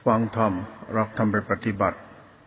ฟังธรรมหลักธรรมไปปฏิบัติ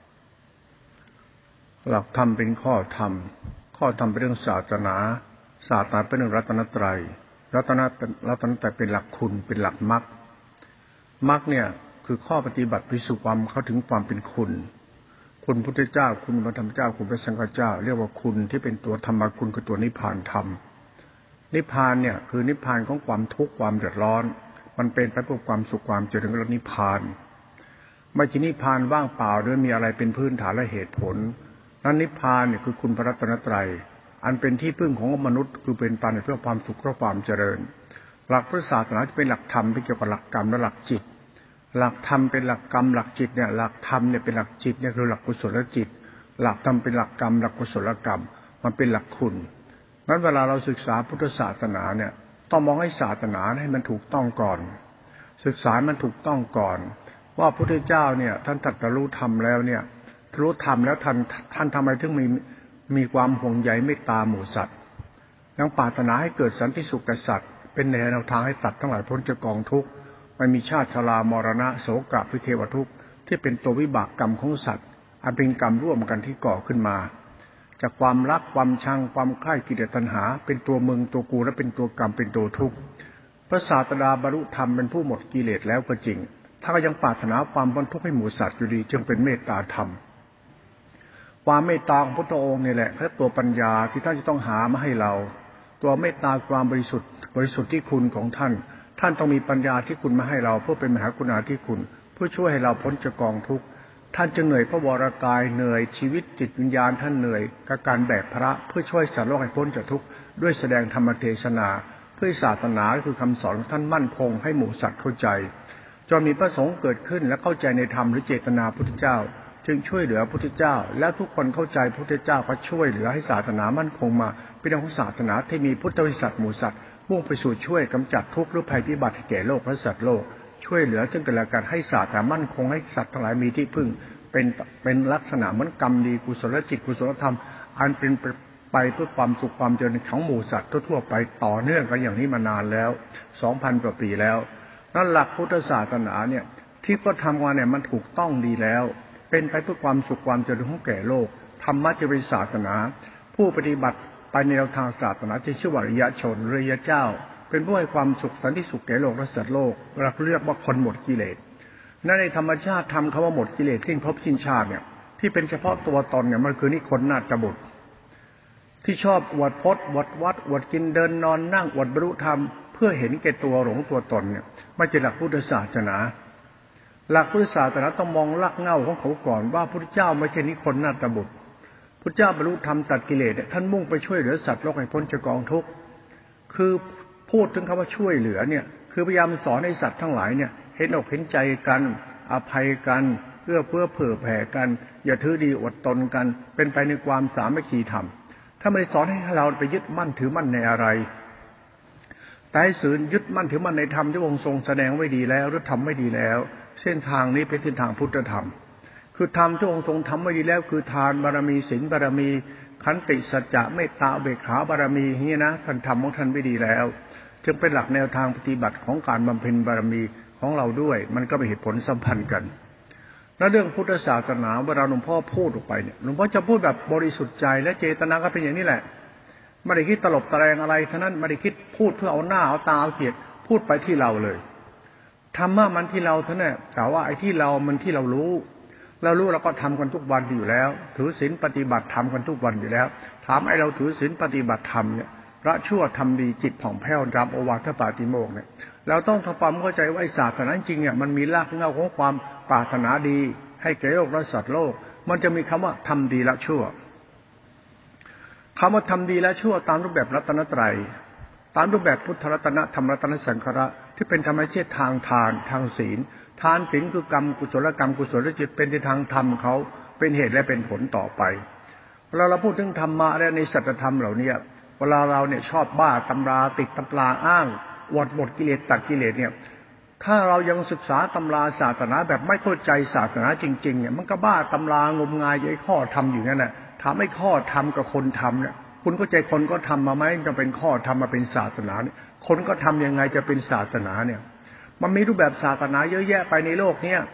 หลักธรรมเป็นข้อธรรมเป็นเรื่องศาสนาเป็นเรื่องรัตนตรัยรัตนตรัยเป็นหลักคุณเป็นหลักมรรคเนี่ยคือข้อปฏิบัติไปสู่ความเข้าถึงความเป็นคุณพุทธเจ้าคุณพระธรรมเจ้าคุณพระสังฆเจ้าเรียกว่าคุณที่เป็นตัวธรรมคุณคือตัวนิพพานธรรมนิพพานเนี่ยคือนิพพานของความทุกข์ความเดือดร้อนมันเป็นไปเพื่อความสุขความเจริญและนิพพานไม่ใช่นิพพานว่างเปล่าหรือมีอะไรเป็นพื้นฐานและเหตุผลนั้นนิพพานเนี่ยคือคุณพระรัตนตรัยอันเป็นที่พึ่งของมนุษย์คือเป็นไปเพื่อความสุขและความเจริญหลักพุทธศาสนาจะเป็นหลักธรรมที่เกี่ยวกับหลักกรรมและหลักจิตหลักธรรมเป็นหลักกรรมหลักจิตเนี่ยหลักธรรมเนี่ยเป็นหลักจิตเนี่ยคือหลักกุศลจิตหลักธรรมเป็นหลักกรรมหลักกุศลกรรมมันเป็นหลักคุณงั้นเวลาเราศึกษาพุทธศาสนาเนี่ยต้องมองให้ศาสนาให้มันถูกต้องก่อนศึกษามันถูกต้องก่อนว่าพระพุทธเจ้าเนี่ยท่านตรัสรู้ธรรมแล้วเนี่ยรู้ธรรมแล้วท่านทำไมถึงมีความห่วงใยเมตตาหมู่สัตว์ยังปรารถนาให้เกิดสันติสุขแก่สัตว์เป็นแนวทางให้สัตว์ทั้งหลายพ้นจากกองทุกข์ไม่มีชาติชรามรณะโศกะวิเทวทุกข์ที่เป็นตัววิบากกรรมของสัตว์อันเป็นกรรมร่วมกันที่ก่อขึ้นมาจากความรักความชังความใคร่กิเลสตัณหาเป็นตัวมึงตัวกูและเป็นตัวกรรมเป็นตัวทุกข์พระศาสดาบรรลุธรรมเป็นผู้หมดกิเลสแล้วก็จริงถ้าก็ยังปรารถนาความพ้นทุกข์ให้หมู่สัตว์อยู่ดีจึงเป็นเมตตาธรรมความเมตตาของพระองค์นี่แหละคือตัวปัญญาที่ท่านจะต้องหามาให้เราตัวเมตตาความบริสุทธิ์ที่คุณของท่านต้องมีปัญญาที่คุณมาให้เราเพื่อเป็นมหากรุณาธิคุณเพื่อช่วยให้เราพ้นจากกองทุกข์ท่านจะเหนื่อยพระวรกายเหนื่อยชีวิตจิตวิญญาณท่านเหนื่อยกับการแบกพระเพื่อช่วยสัตว์โลกให้พ้นจากทุกข์ด้วยแสดงธรรมเทศนาเพื่อศาสนาคือคำสอนของท่านมั่นคงให้หมู่สัตว์เข้าใจจนมีพระสงฆ์เกิดขึ้นและเข้าใจในธรรมหรือเจตนาพุทธเจ้าจึงช่วยเหลือพุทธเจ้าและทุกคนเข้าใจพุทธเจ้าก็ช่วยเหลือให้ศาสนามั่นคงมาเป็นของศาสนาที่มีพุทธบริษัทหมู่สัตว์มุ่งไปสู่ช่วยกำจัดทุกข์หรือภัยพิบัติแก่โลกและสัตว์โลกช่วยเหลือซึ่งกันและกันให้ศาสนามั่นคงให้สัตว์ทั้งหลายมีที่พึ่งเป็นลักษณะเหมือนกรรมดีกุศลจิตกุศลธรรมอันเป็นไปเพื่อความสุขความเจริญของหมู่สัตว์ทั่วไปต่อเนื่องกันอย่างนี้มานานแล้ว 2,000 กว่าปีแล้วนั่นหลักพุทธศาสนาเนี่ยที่ก็ทำมาเนี่ยมันถูกต้องดีแล้วเป็นไปเพื่อความสุขความเจริญของแก่โลกธรรมะจะเป็นศาสนาผู้ปฏิบัติไปในแนวทางศาสนาจะชื่อว่าอริยชนอริยเจ้าเป็นผู้ให้ความสุขสันติสุขแก่โลกและสัตว์โลกเราเรียกว่าคนหมดกิเลสนั่นในธรรมชาติทำคำว่าหมดกิเลสสิ้นภพสิ้นชาติเนี่ยที่เป็นเฉพาะตัวตนเนี่ยมันคือนิคนนาฏบุตรที่ชอบอวดพจน์อวดวัดอวดกินเดินนอนนั่งอวดบรรลุธรรมเพื่อเห็นแก่ตัวหลงตัวตนเนี่ยไม่ใช่หลักพุทธศาสนาหลักพุทธศาสนาต้องมองรากเหง้าของเขาก่อนว่าพระพุทธเจ้าไม่ใช่นิคนนาฏบุตรพุทธเจ้าบรรลุธรรมตัดกิเลสท่านมุ่งไปช่วยเหลือสัตว์โลกให้พ้นจากกองทุกข์คือพูดถึงคำว่าช่วยเหลือเนี่ยคือพยายามสอนให้สัตว์ทั้งหลายเนี่ยเห็นอกเห็นใจกันอภัยกันเพื่อเผื่อแผ่กันอย่าถือดีอดตนกันเป็นไปในความสามัคคีธรรมถ้าไม่ได้สอนให้เราไปยึดมั่นถือมั่นในอะไรแต่ให้ฝืนยึดมั่นถือมั่นในธรรมที่องค์ทรงแสดงไว้ดีแล้วหรือทำไม่ดีแล้วเส้นทางนี้เป็นเส้นทางพุทธธรรมคือธรรมที่องค์ทรงทำไว้ดีแล้วคือทานบารมีศีลบารมีขันติสัจจะเมตตาอุเบกขาบารมีนี่นะท่านทำของท่านไว้ดีแล้วจึงเป็นหลักแนวทางปฏิบัติของการบำเพ็ญบารมีของเราด้วยมันก็เป็นเหตุผลสัมพันธ์กันและเรื่องพุทธศาสนาเวลาหลวงพ่อพูดออกไปเนี่ยหลวงพ่อจะพูดแบบบริสุทธิ์ใจและเจตนาก็เป็นอย่างนี้แหละไม่ได้คิดตลบตะแลงอะไรเท่านั้นไม่ได้คิดพูดเพื่อเอาหน้าเอาตาเอาเกียรติพูดไปที่เราเลยธรรมะมันที่เราเท่านั้นแต่ว่าไอ้ที่เรามันที่เรารู้เราก็ทำกันทุกวันอยู่แล้วถือศีลปฏิบัติธรรมกันทุกวันอยู่แล้วถามไอ้เราถือศีลปฏิบัติธรรมเนี่ยละชั่วทำดีจิตผ่องแผ้วรับโอวาทปาติโมกข์เนี่ยเราต้องทำความเข้าใจว่าไอ้ศาสนาจริงเนี่ยมันมีรากเหง้าของความปรารถนาดีให้แก่โลกและสัตว์โลกมันจะมีคำว่าทำดีละชั่วคำว่าทำดีและชั่วตามรูปแบบรัตนตรัยตามรูปแบบพุทธรัตนะธรรมรัตนสังฆะที่เป็นธรรมชาติทางทานทางศีลทานศีลคือกรรมกุศลกรรมกุศลจิตเป็นที่ทางธรรมเขาเป็นเหตุและเป็นผลต่อไปเวลาเราพูดถึงธรรมะและในสัจธรรมเหล่านี้เวลาเราเนี่ยชอบบ้าตำราติดตำราอ้างหมดกิเลสตัดกิเลสเนี่ยถ้าเรายังศึกษาตำราศาสนาแบบไม่เข้าใจศาสนาจริงๆเนี่ยมันก็บ้าตำรางมงายไอ้ข้อธรรมอยู่นั่นแหละถามไอ้ข้อธรรมกับคนทำเนี่ยคุณเข้าใจคนก็ทำมาไหมจะเป็นข้อธรรมมาเป็นศาสนาเนี่ยคนก็ทำยังไงจะเป็นศาสนาเนี่ยมันมีรูปแบบศาสนาเยอะแยะไปในโลกเนี้ยแ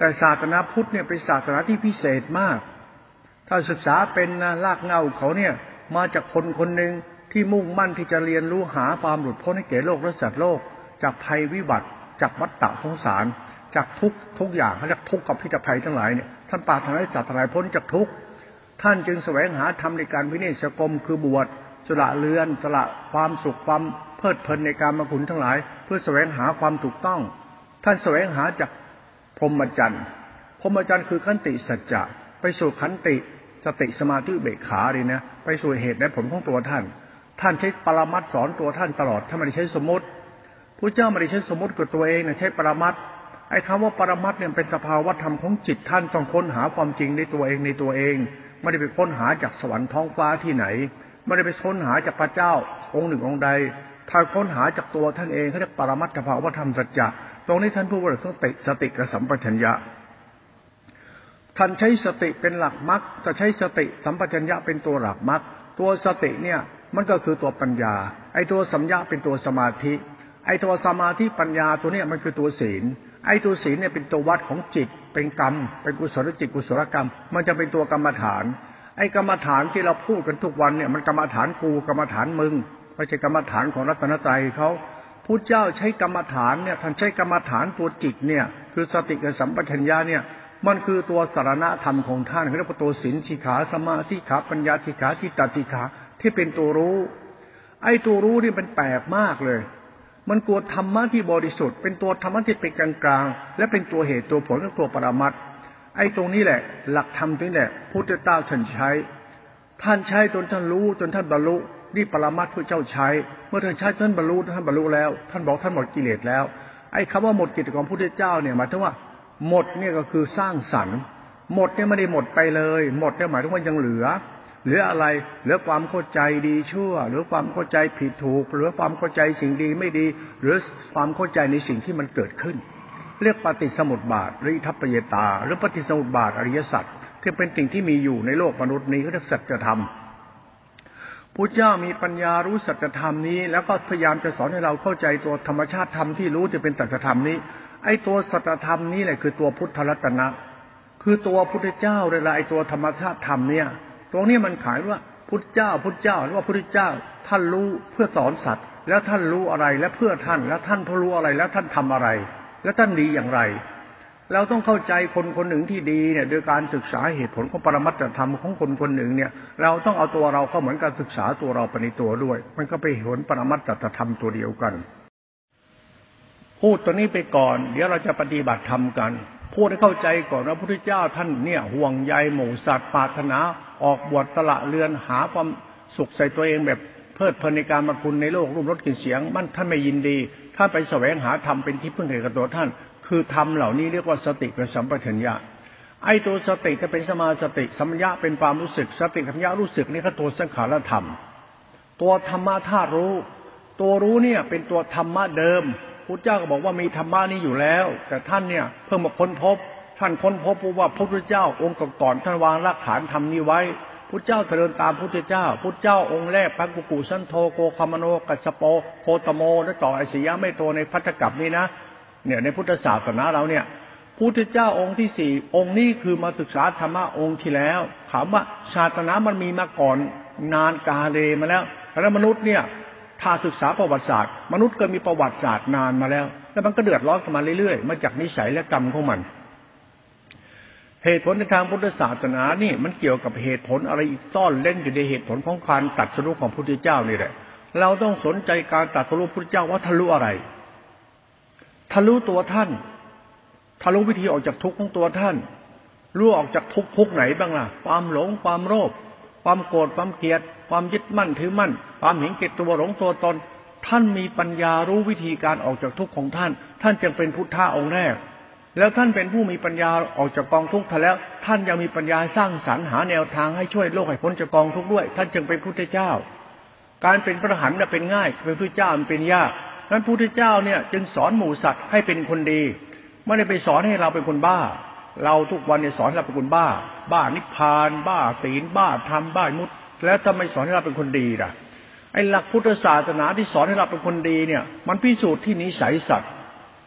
แต่ศาสนาพุทธเนี่ยเป็นศาสนาที่พิเศษมากถ้าศึกษาเป็นนะรากเหง้าเขาเนี่ยมาจากคนคนหนึ่งที่มุ่งมั่นที่จะเรียนรู้หาความหลุดพ้นให้แก่โลกและสัตว์โลกจากภัยวิบัติจากวัฏฏะสงสารจากทุกอย่างเขาเรียกทุกข์กับพิษภัยทั้งหลายเนี่ยท่านปรารถนาให้สัตว์ทั้งหลายพ้นจากทุกข์ท่านจึงแสวงหาธรรมในการวินิจฉัยกรมคือบวชสละเรือนสละความสุขความเพลิดเพลินในการมาคุณทั้งหลายเพื่อแสวงหาความถูกต้องท่านแสวงหาจากพรหมจรรย์คือขันติสัจจะไปสู่ขันติสติสมาธิอุเบกขาเลยนะไปสู่เหตุและผลของตัวท่านใช้ปรมัตถ์สอนตัวท่านตลอดท่านไม่ได้ใช้สมมติพระเจ้าไม่ได้ใช้สมมติกับตัวเองนะใช้ปรมัตถ์ไอ้คำว่าปรมัตถ์เนี่ยเป็นสภาวะธรรมของจิตท่านต้องค้นหาความจริงในตัวเองไม่ได้ไปค้นหาจากสวรรค์ท้องฟ้าที่ไหนไม่ได้ไปค้นหาจากพระเจ้าองค์หนึ่งองค์ใดถ้าค้นหาจากตัวท่านเองเขาเรียกปรมัตถภาวะธรรมสัจจะตรงนี้ท่านพูดว่าสติกับสัมปชัญญะท่านใช้สติเป็นหลักมรรคจะใช้สติสัมปชัญญะเป็นตัวหลักมรรคตัวสติเนี่ยมันก็คือตัวปัญญาไอ้ตัวสัมยะเป็นตัวสมาธิไอ้ตัวสมาธิปัญญาตัวเนี้ยมันคือตัวศีลไอ้ตัวศีลเนี่ยเป็นตัววัดของจิตเป็นกรรมเป็นกุศลจิตกุศลกรรมมันจะเป็นตัวกรรมฐานไอ้กรรมฐานที่เราพูดกันทุกวันเนี่ยมันกรรมฐานกูกรรมฐานมึงไม่ใช่กรรมฐานของรัตนตรัยเขาพุทธเจ้าใช้กรรมฐานเนี่ยท่านใช้กรรมฐานตัวจิตเนี่ยคือสติกับสัมปชัญญะเนี่ยมันคือตัวสารณธรรมของท่านเรียกว่าตัวศีลสิกขาสมาธิขาปัญญาสิกขาจิตตสิกขาที่เป็นตัวรู้ไอ้ตัวรู้นี่มันแปลกมากเลยมันตัวธรรมะที่บริสุทธิ์เป็นตัวธรรมะที่เป็นกลางๆและเป็นตัวเหตุตัวผลและตัวปรมัตถ์ไอ้ตรงนี้แหละหลักธรรมตรงนี้แหละพุทธเจ้าท่านใช้จนท่านรู้จนท่านบรรลุนี่ปรมัตถ์พระเจ้าใช้เมื่อท่านใช้ท่านบรรลุแล้วท่านบอกท่านหมดกิเลสแล้วไอ้คำว่าหมดกิเลสของพระพุทธเจ้าเนี่ยหมายถึงว่าหมดเนี่ยก็คือสร้างสรรค์หมดเนี่ยไม่ได้หมดไปเลยหมดเนี่ยหมายถึงว่ายังเหลืออะไรเหลือความเข้าใจดีชั่วหรือความเข้าใจผิดถูกหรือความเข้าใจสิ่งดีไม่ดีหรือความเข้าใจในสิ่งที่มันเกิดขึ้นเรียกปฏิสมุปบาทหรืออิทัปปยตาหรือปฏิสมุปบาทอริยสัจที่เป็นสิ่งที่มีอยู่ในโลกมนุษย์นี้เขาเรียกสัจธรรมพุทธเจ้ามีปัญญารู้สัจธรรมนี้แล้วก็พยายามจะสอนให้เราเข้าใจตัวธรรมชาติธรรมที่รู้จะเป็นสัจธรรมนี้ไอ้ตัวสัจธรรมนี้แหละคือตัวพุทธรัตนะคือตัวพุทธเจ้าเลยละไอ้ตัวธรรมชาติธรรมเนี่ยตรงนี้มันขายว่าพุทธเจ้าหรือว่าพุทธเจ้าท่านรู้เพื่อสอนสัตว์แล้วท่านรู้อะไรและเพื่อท่านแล้วท่านพอรู้อะไรแล้วท่านทำอะไรแล้วท่านดีอย่างไรเราต้องเข้าใจคนคนหนึ่งที่ดีเนี่ยโดยการศึกษาเหตุผลของปรมัตถธรรมของคนคนหนึ่งเนี่ยเราต้องเอาตัวเราเข้าเหมือนการศึกษาตัวเราไปในตัวด้วยมันก็ไปเห็นปรมัตถธรรมตัวเดียวกันพูดตัวนี้ไปก่อนเดี๋ยวเราจะปฏิบัติธรรมกันพูดให้เข้าใจก่อนว่าพระพุทธเจ้าท่านเนี่ยห่วงใยหมู่สัตว์ปรารถนาออกบวชสละเรือนหาความสุขใส่ตัวเองแบบเพลิดเพลินในการมาคุณในโลกรูปรสกลิ่นเสียงมันท่านไม่ยินดีท่านไปแสวงหาธรรมเป็นที่พึ่งแห่งตัวท่านคือธรรมเหล่านี้เรียกว่าสติกับสัมปชัญญะไอ้ตัวสติจะเป็นสมาสติสัมปชัญญะเป็นความรู้สึกสติสัมปชัญญะรู้สึกนี่คือตัวสังขารธรรมตัวธรรมะธาตุรู้ตัวรู้เนี่ยเป็นตัวธรรมะเดิมพุทธเจ้าก็บอกว่ามีธรรมะนี้อยู่แล้วแต่ท่านเนี่ยเพิ่งมาค้นพบว่าพระพุทธเจ้าองค์ก่อนท่านวางรากฐานธรรมนี้ไว้พุทธเจ้าเดินตามพุทธเจ้าองค์แรกพระกุกุสันโธโกคามโนกัสสโปโคตโมและต่อไอสียะไม่โตในพัทธกัปนี้นะเนี่ยในพุทธศาสนาเราเนี่ยพุทธเจ้าองค์ที่สี่องค์นี้คือมาศึกษาธรรมะองค์ที่แล้วถามว่าศาสนามันมีมาก่อนนานกาเลมาแล้วมนุษย์เนี่ยถ้าศึกษาประวัติศาสตร์มนุษย์ก็มีประวัติศาสตร์นานมาแล้วแล้วมันก็เดือดร้อนกันมาเรื่อยๆมาจากนิสัยและกรรมของมันเหตุผลในทางพุทธศาสนานี่มันเกี่ยวกับเหตุผลอะไรอีกซ่อนเล่นอยู่ในเหตุผลของการตรัสรู้ของพระพุทธเจ้านี่แหละเราต้องสนใจการตรัสรู้พระพุทธเจ้าว่าทะลุอะไรทะลุตัวท่านทะลุวิธีออกจากทุกข์ของตัวท่านรู้ออกจากทุกข์ไหนบ้างล่ะความหลงความโลภความโกรธความเกลียดความยึดมั่นถือมั่นความเห็นแก่ตัวหลงตัวตนท่านมีปัญญารู้วิธีการออกจากทุกข์ของท่านท่านจึงเป็นพุทธะองค์แรกแล้วท่านเป็นผู้มีปัญญาออกจากกองทุกข์แล้วท่านยังมีปัญญาสร้างสรรค์หาแนวทางให้ช่วยโลกให้พ้นจากกองทุกข์ด้วยท่านจึงเป็นพุทธเจ้าการเป็นพระอรหันต์น่ะเป็นง่ายเป็นพุทธเจ้ามันเป็นยากนั้นพุทธเจ้าเนี่ยจึงสอนหมู่สัตว์ให้เป็นคนดีไม่ได้ไปสอนให้เราเป็นคนบ้าเราทุกวันเนี่ยสอนเราเป็นคนบ้านิพพานบ้าศีลบ้าธรรมบ้ามุตแล้วทำไมสอนให้เราเป็นคนดีล่ะไอ้หลักพุทธศาสนาที่สอนให้เราเป็นคนดีเนี่ยมันพิสูจน์ที่นิสัยสัตว์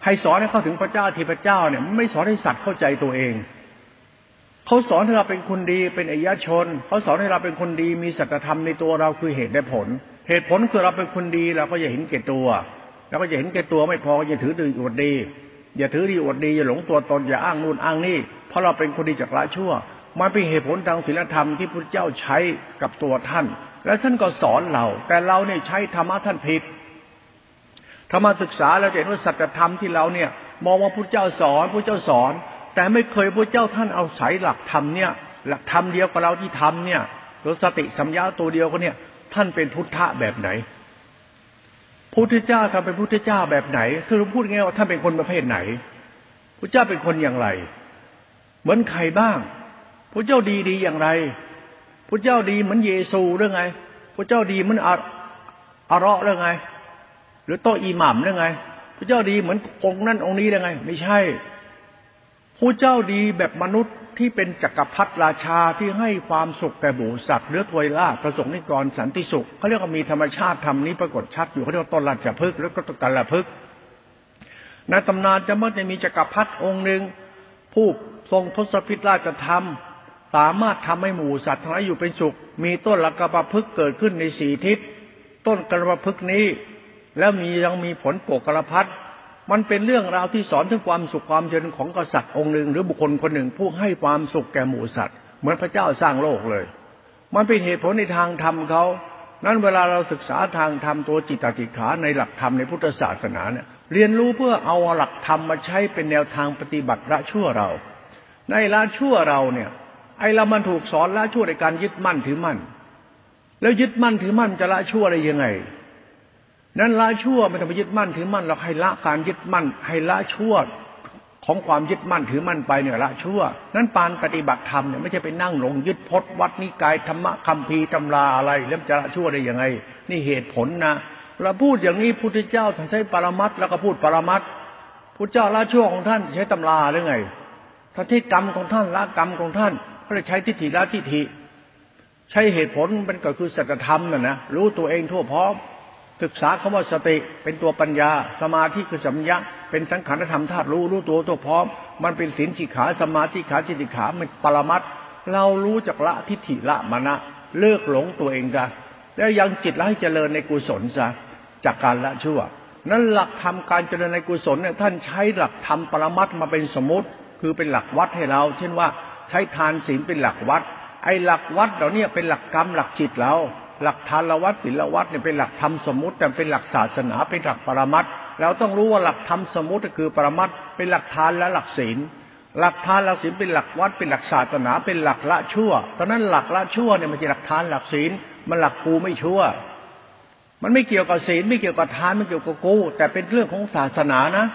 ให้สอนให้เข้าถึงพระเจ้าที่พระเจ้าเนี่ยไม่สอนให้สัตว์เข้าใจตัวเองเขาสอนให้เราเป็นคนดีเป็นอริยชนเขาสอนให้เราเป็นคนดีมีสัจธรรมในตัวเราคือเหตุและผลเหตุผลคือเราเป็นคนดีเราก็อย่าเห็นแก่ตัวเราก็อย่าเห็นแก่ตัวไม่พออย่าถือดีอวดดีอย่าถือดีอวดดีอย่าหลงตัวตนอย่าอ้างนู่นอ้างนี่เพราะเราเป็นคนดีจากละชั่วมันเป็นเหตุผลทางศีลธรรมที่พระเจ้าใช้กับตัวท่านและท่านก็สอนเราแต่เราเนี่ยใช้ธรรมะท่านผิดธรรมศึกษาเราจะเห็นว่าสัจธรรมที่เราเนี่ยมองว่าพระเจ้าสอนพระเจ้าสอนแต่ไม่เคยพระเจ้าท่านเอาสายหลักธรรมเนี่ยหลักธรรมเดียวกับเราที่ทำเนี่ยหรือสติสัมยาตัวเดียวกันเนี่ยท่านเป็นพุทธะแบบไหนพุทธเจ้าท่านเป็นพุทธเจ้าแบบไหนคือเราพูดง่ายว่าท่านเป็นคนประเภทไหนพุทธเจ้าเป็นคนอย่างไรเหมือนใครบ้างพุทธเจ้าดีอย่างไรพุทธเจ้าดีเหมือนเยซูหรือไงพุทธเจ้าดีเหมือนอาเราะหรือไงหรือโตอิหมัมหรือไงพุทธเจ้าดีเหมือนองค์นั้นองค์นี้หรือไงไม่ใช่พุทธเจ้าดีแบบมนุษย์ที่เป็นจักรพรรดิราชาที่ให้ความสุขแก่หมู่สัตว์เลือดถวยล่าประสงค์นิกรสันติสุขเขาเรียกว่ามีธรรมชาติธรรมนี้ปรากฏชัดอยู่เขาเรียกว่าต้นราชพฤกษ์แล้วก็ต้นกัลพฤกษ์ในตำนานจะมักจะมีจักรพรรดิองค์หนึ่งผู้ทรงทศพิธราชธรรมสามารถทำให้หมู่สัตว์ทั้งหลายอยู่เป็นสุขมีต้นกัลพฤกษ์เกิดขึ้นในสี่ทิศต้นกัลพฤกษ์นี้แล้วยังมีผลโปกกัลพัดมันเป็นเรื่องราวที่สอนถึงความสุขความเจริญของกษัตริย์องค์หนึ่งหรือบุคคลคนหนึ่งผู้ให้ความสุขแก่หมู่สัตว์เหมือนพระเจ้าสร้างโลกเลยมันเป็นเหตุผลในทางธรรมเขานั้นเวลาเราศึกษาทางธรรมตัวจิตตติขาในหลักธรรมในพุทธศาสนาเนี่ยเรียนรู้เพื่อเอาหลักธรรมมาใช้เป็นแนวทางปฏิบัติละชั่วเราในละชั่วเราเนี่ยไอ้เรามันถูกสอนละชั่วในการยึดมั่นถือมั่นแล้วยึดมั่นถือมั่นจะละชั่วได้ยังไงนั้นละชั่วไม่ต้องไปยึดมั่นถือมั่นเราให้ละการยึดมั่นให้ละชั่วของความยึดมั่นถือมั่นไปเนี่ยละชั่วนั้นปานปฏิบัติธรรมเนี่ยไม่ใช่ไปนั่งหลงยึดพจน์วัดนิกายธรรมะคัมภีร์ตำราอะไรแล้วจะละชั่วได้ยังไงนี่เหตุผลนะเราพูดอย่างนี้พุทธเจ้าท่านใช้ปรมัตถ์แล้วก็พูดปรมัตถ์พุทธเจ้าละชั่วของท่านใช้ตำราหรือไงท่านที่กรรมของท่านละกรรมของท่านก็เลยใช้ทิฏฐิละทิฏฐิใช้เหตุผลมันก็คือสัจธรรมนะรู้ตัวเองทั่วพร้อมศึกษาคำว่าสติเป็นตัวปัญญาสมาธิคือสัมยะเป็นสังขารธรรมธาตุรู้ตัวทั่วพร้อมมันเป็นศีลสิกขาสมาธิขาจิตติขามันปรมัตถ์เรารู้จักละทิฏฐิละมานะเลิกหลงตัวเองซะแล้วยังจิตละให้เจริญในกุศลซะจากการละชั่วนั้นหลักธรรมการเจริญในกุศลเนี่ยท่านใช้หลักธรรมปรมัตถ์มาเป็นสมมติคือเป็นหลักวัดให้เราเช่นว่าใช้ทานศีลเป็นหลักวัดไอ้หลักวัดเหล่านี้เป็นหลักกรรมหลักจิตเราหลักทานวัดศีลวัดเนี่ยเป็นหลักธรรมสมมุติแต่เป็นหลักศาสนาเป็นหลักปรมัตถ์เราต้องรู้ว่าหลักธรรมสมมุติก็คือปรมัตถ์เป็นหลักทานและหลักศีลหลักทานหลักศีลเป็นหลักวัดเป็นหลักศาสนาเป็นหลักละชั่วตอนนั้นหลักละชั่วเนี่ยมันจะหลักทานหลักศีลมันหลักกูไม่ชั่วมันไม่เกี่ยวกับศีลไม่เกี่ยวกับทานไม่เกี่ยวกับกูแต่เป็นเรื่องของศาสนานะ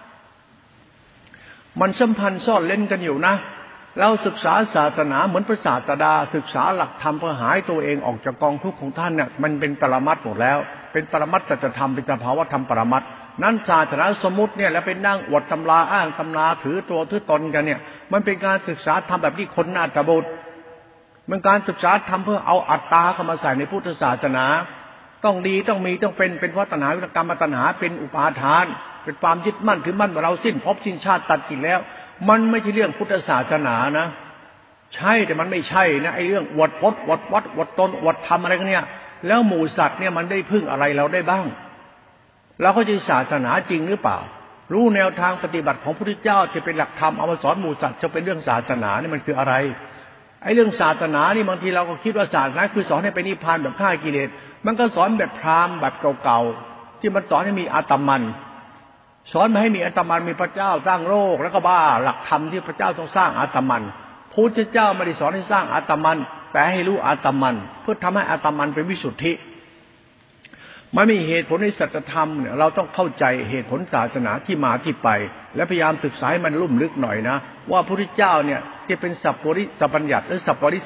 มันสัมพันธ์ซ่อนเล่นกันอยู่นะเราศึกษาศาสนาเหมือนพระศาสดาศึกษาหลักธรรมเพื่อหายตัวเองออกจากกองทุกข์ของท่านเนี่ยมันเป็นปรมัตถ์หมดแล้วเป็นปรมัตถ์สัจธรรมเป็นสภาวะธรรมปรมัตถ์นั้นศาสนาสมมุติเนี่ยแล้วไปนั่งอวดตำราอ้างตำราถือตัวถือตนกันเนี่ยมันเป็นการศึกษาธรรมแบบที่คนนาฏบุตรมันการศึกษาธรรมเพื่อเอาอัตตาเข้ามาใส่ในพุทธศาสนาต้องดีต้องมีต้องเป็นวัฏฏะวิกรรมตัณหาเป็นอุปาทานเป็นความยึดมั่นถือมั่นว่าเราสิ้นภพสิ้นชาติตัดกิเลสแล้วมันไม่ใช่เรื่องพุทธศาสนานะใช่แต่มันไม่ใช่นะไอ้เรื่องอวดพจน์อวดวัดอวดตนอวดธรรมอะไรกันเนี่ยแล้วหมู่สัตว์เนี่ยมันได้พึ่งอะไรเราได้บ้างเราก็จะศาสนาจริงหรือเปล่ารู้แนวทางปฏิบัติของพระพุทธเจ้าจะเป็นหลักธรรมเอามาสอนหมู่สัตว์จะเป็นเรื่องศาสนานี่มันคืออะไรไอ้เรื่องศาสนานี่บางทีเราก็คิดว่าศาสนาคือสอนให้ไปนิพพานแบบฆ่ากิเลสมันก็สอนแบบพราหมณ์แบบเก่าๆที่มันสอนให้มีอาตมันสอนมาให้มีอาตมันมีพระเจ้าสร้างโลกแล้วก็บ้าหลักธรรมที่พระเจ้าต้องสร้างอาตมันพุทธเจ้าไม่ได้สอนให้สร้างอาตมันแต่ให้รู้อาตมันเพื่อทำให้อาตมันเป็นวิสุทธิมันมีเหตุผลในสัจธรรมเนี่ยเราต้องเข้าใจเหตุผลศาสนาที่มาที่ไปและพยายามศึกษาให้มันลุ่มลึกหน่อยนะว่าพระพุทธเจ้าเนี่ยที่เป็นสัพปริสบัญญัติหรือสัพปริ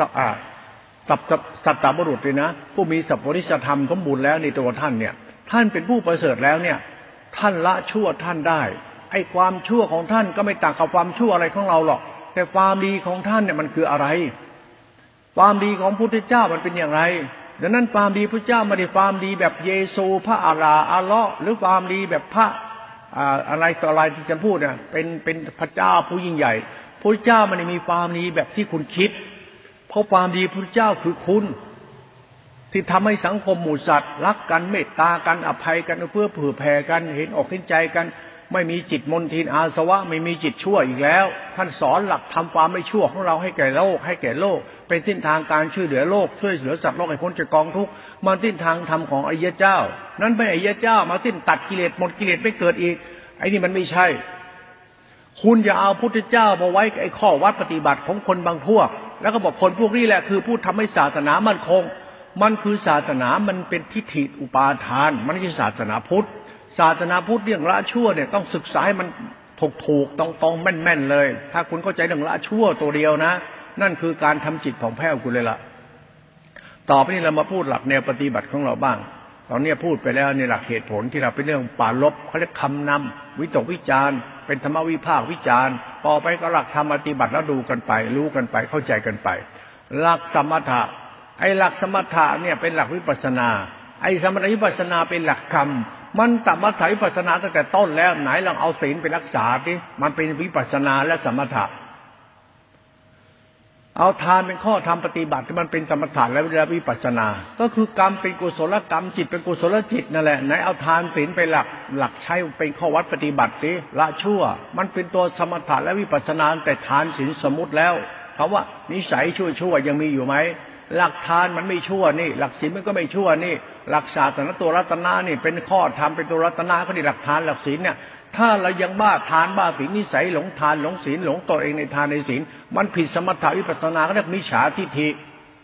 สัตตบุรุษเลยนะผู้มีสัพปริสธรรมสมบูรณ์แล้วในตัวท่านเนี่ยท่านเป็นผู้ประเสริฐแล้วเนี่ยท่านละชั่วท่านได้ไอ้ความชั่วของท่านก็ไม่ต่างกับความชั่วอะไรของเราหรอกแต่ความดีของท่านเนี่ยมันคืออะไรความดีของพระพุทธเจ้ามันเป็นอย่างไรดังนั้นความดีพระเจ้าไม่ได้ความดีแบบเยซูพระอาลาอัลเลาะห์หรือความดีแบบพระอะไรต่ออะไรที่จะพูดเนี่ยเป็นพระเจ้าผู้ยิ่งใหญ่พระเจ้ามันไม่มีความดีแบบที่คุณคิดเพราะความดีพระเจ้าคือคุณที่ทำให้สังคมหมู่สัตว์รักกันเมตตากันอภัยกันเพื่อเผื่อแผ่กันเห็นอกเห็นใจกันไม่มีจิตมนทินอาสวะไม่มีจิตชั่วอีกแล้วท่านสอนหลักทำความไม่ชั่วของเราให้แก่โลกเป็นเส้นทางการช่วยเหลือโลกช่วยเหลือสัตว์โลกให้พ้นจากกองทุกข์มันเส้นทางธรรมของอริยเจ้านั้นเป็นอริยเจ้ามาสิ้นตัดกิเลสหมดกิเลสไม่เกิดอีกไอ้นี่มันไม่ใช่คุณอย่าเอาพุทธเจ้ามาไว้ไอ้ข้อวัดปฏิบัติของคนบางพวกแล้วก็บอกคนพวกนี้แหละคือผู้ทำให้ศาสนามั่นคงมันคือศาสนามันเป็นทิฏฐิอุปาทานมันไม่ใช่ศาสนาพุทธศาสนาพุทธเรื่องละชั่วเนี่ยต้องศึกษาให้มันถูกตรงแม่นๆเลยถ้าคุณเข้าใจเรื่องละชั่วตัวเดียวนะนั่นคือการทำจิตผ่องแผ้วคุณเลยล่ะต่อไปนี้เรามาพูดหลักแนวปฏิบัติของเราบ้างตอนนี้พูดไปแล้วในหลักเหตุผลที่เราเป็นเรื่องป่าลบเขาเรียกคำนำวิตกวิจารณ์เป็นธรรมวิภาควิจารณ์ต่อไปก็หลักธรรมปฏิบัติแล้วดูกันไปรู้กันไปเข้าใจกันไปหลักสมถะไอ้หลักสมถะเนี่ยเป็นหลักวิปัสสนาไอ้สมถะวิปัสสนาเป็นหลักกรรมมันสมถะวิปัสสนาตั้งแต่ต้นแล้วไหนลองเอาศีลไปรักษาดิมันเป็นวิปัสสนาและสมถะเอาทานเป็นข้อธรรมปฏิบัติที่มันเป็นสมถะและวิปัสสนาก็คือกรรมเป็นกุศลกรรมจิตเป็นกุศลจิตนั่นแหละไหนเอาทานศีลไปหลักใช้เป็นข้อวัดปฏิบัติดิละชั่วมันเป็นตัวสมถะและวิปัสสนาแต่ทานศีลสมมุติแล้วเขาว่านิสัยชั่วยังมีอยู่ไหมหลักทานมันไม่ชั่วนี่หลักศีลมันก็ไม่ชั่วนี่หลักศาสนาตัวรัตนะนี่เป็นข้อธรรมเป็นตัวรัตนะก็นี่หลักทานหลักศีลเนี่ยถ้าเรายังบ้าทานบ้าศีลนิสัยหลงทานหลงศีลหลงตัวเองในทานในศีลมันผิดสมถะวิปัสสนาก็เรียกมิจฉาทิฏฐิ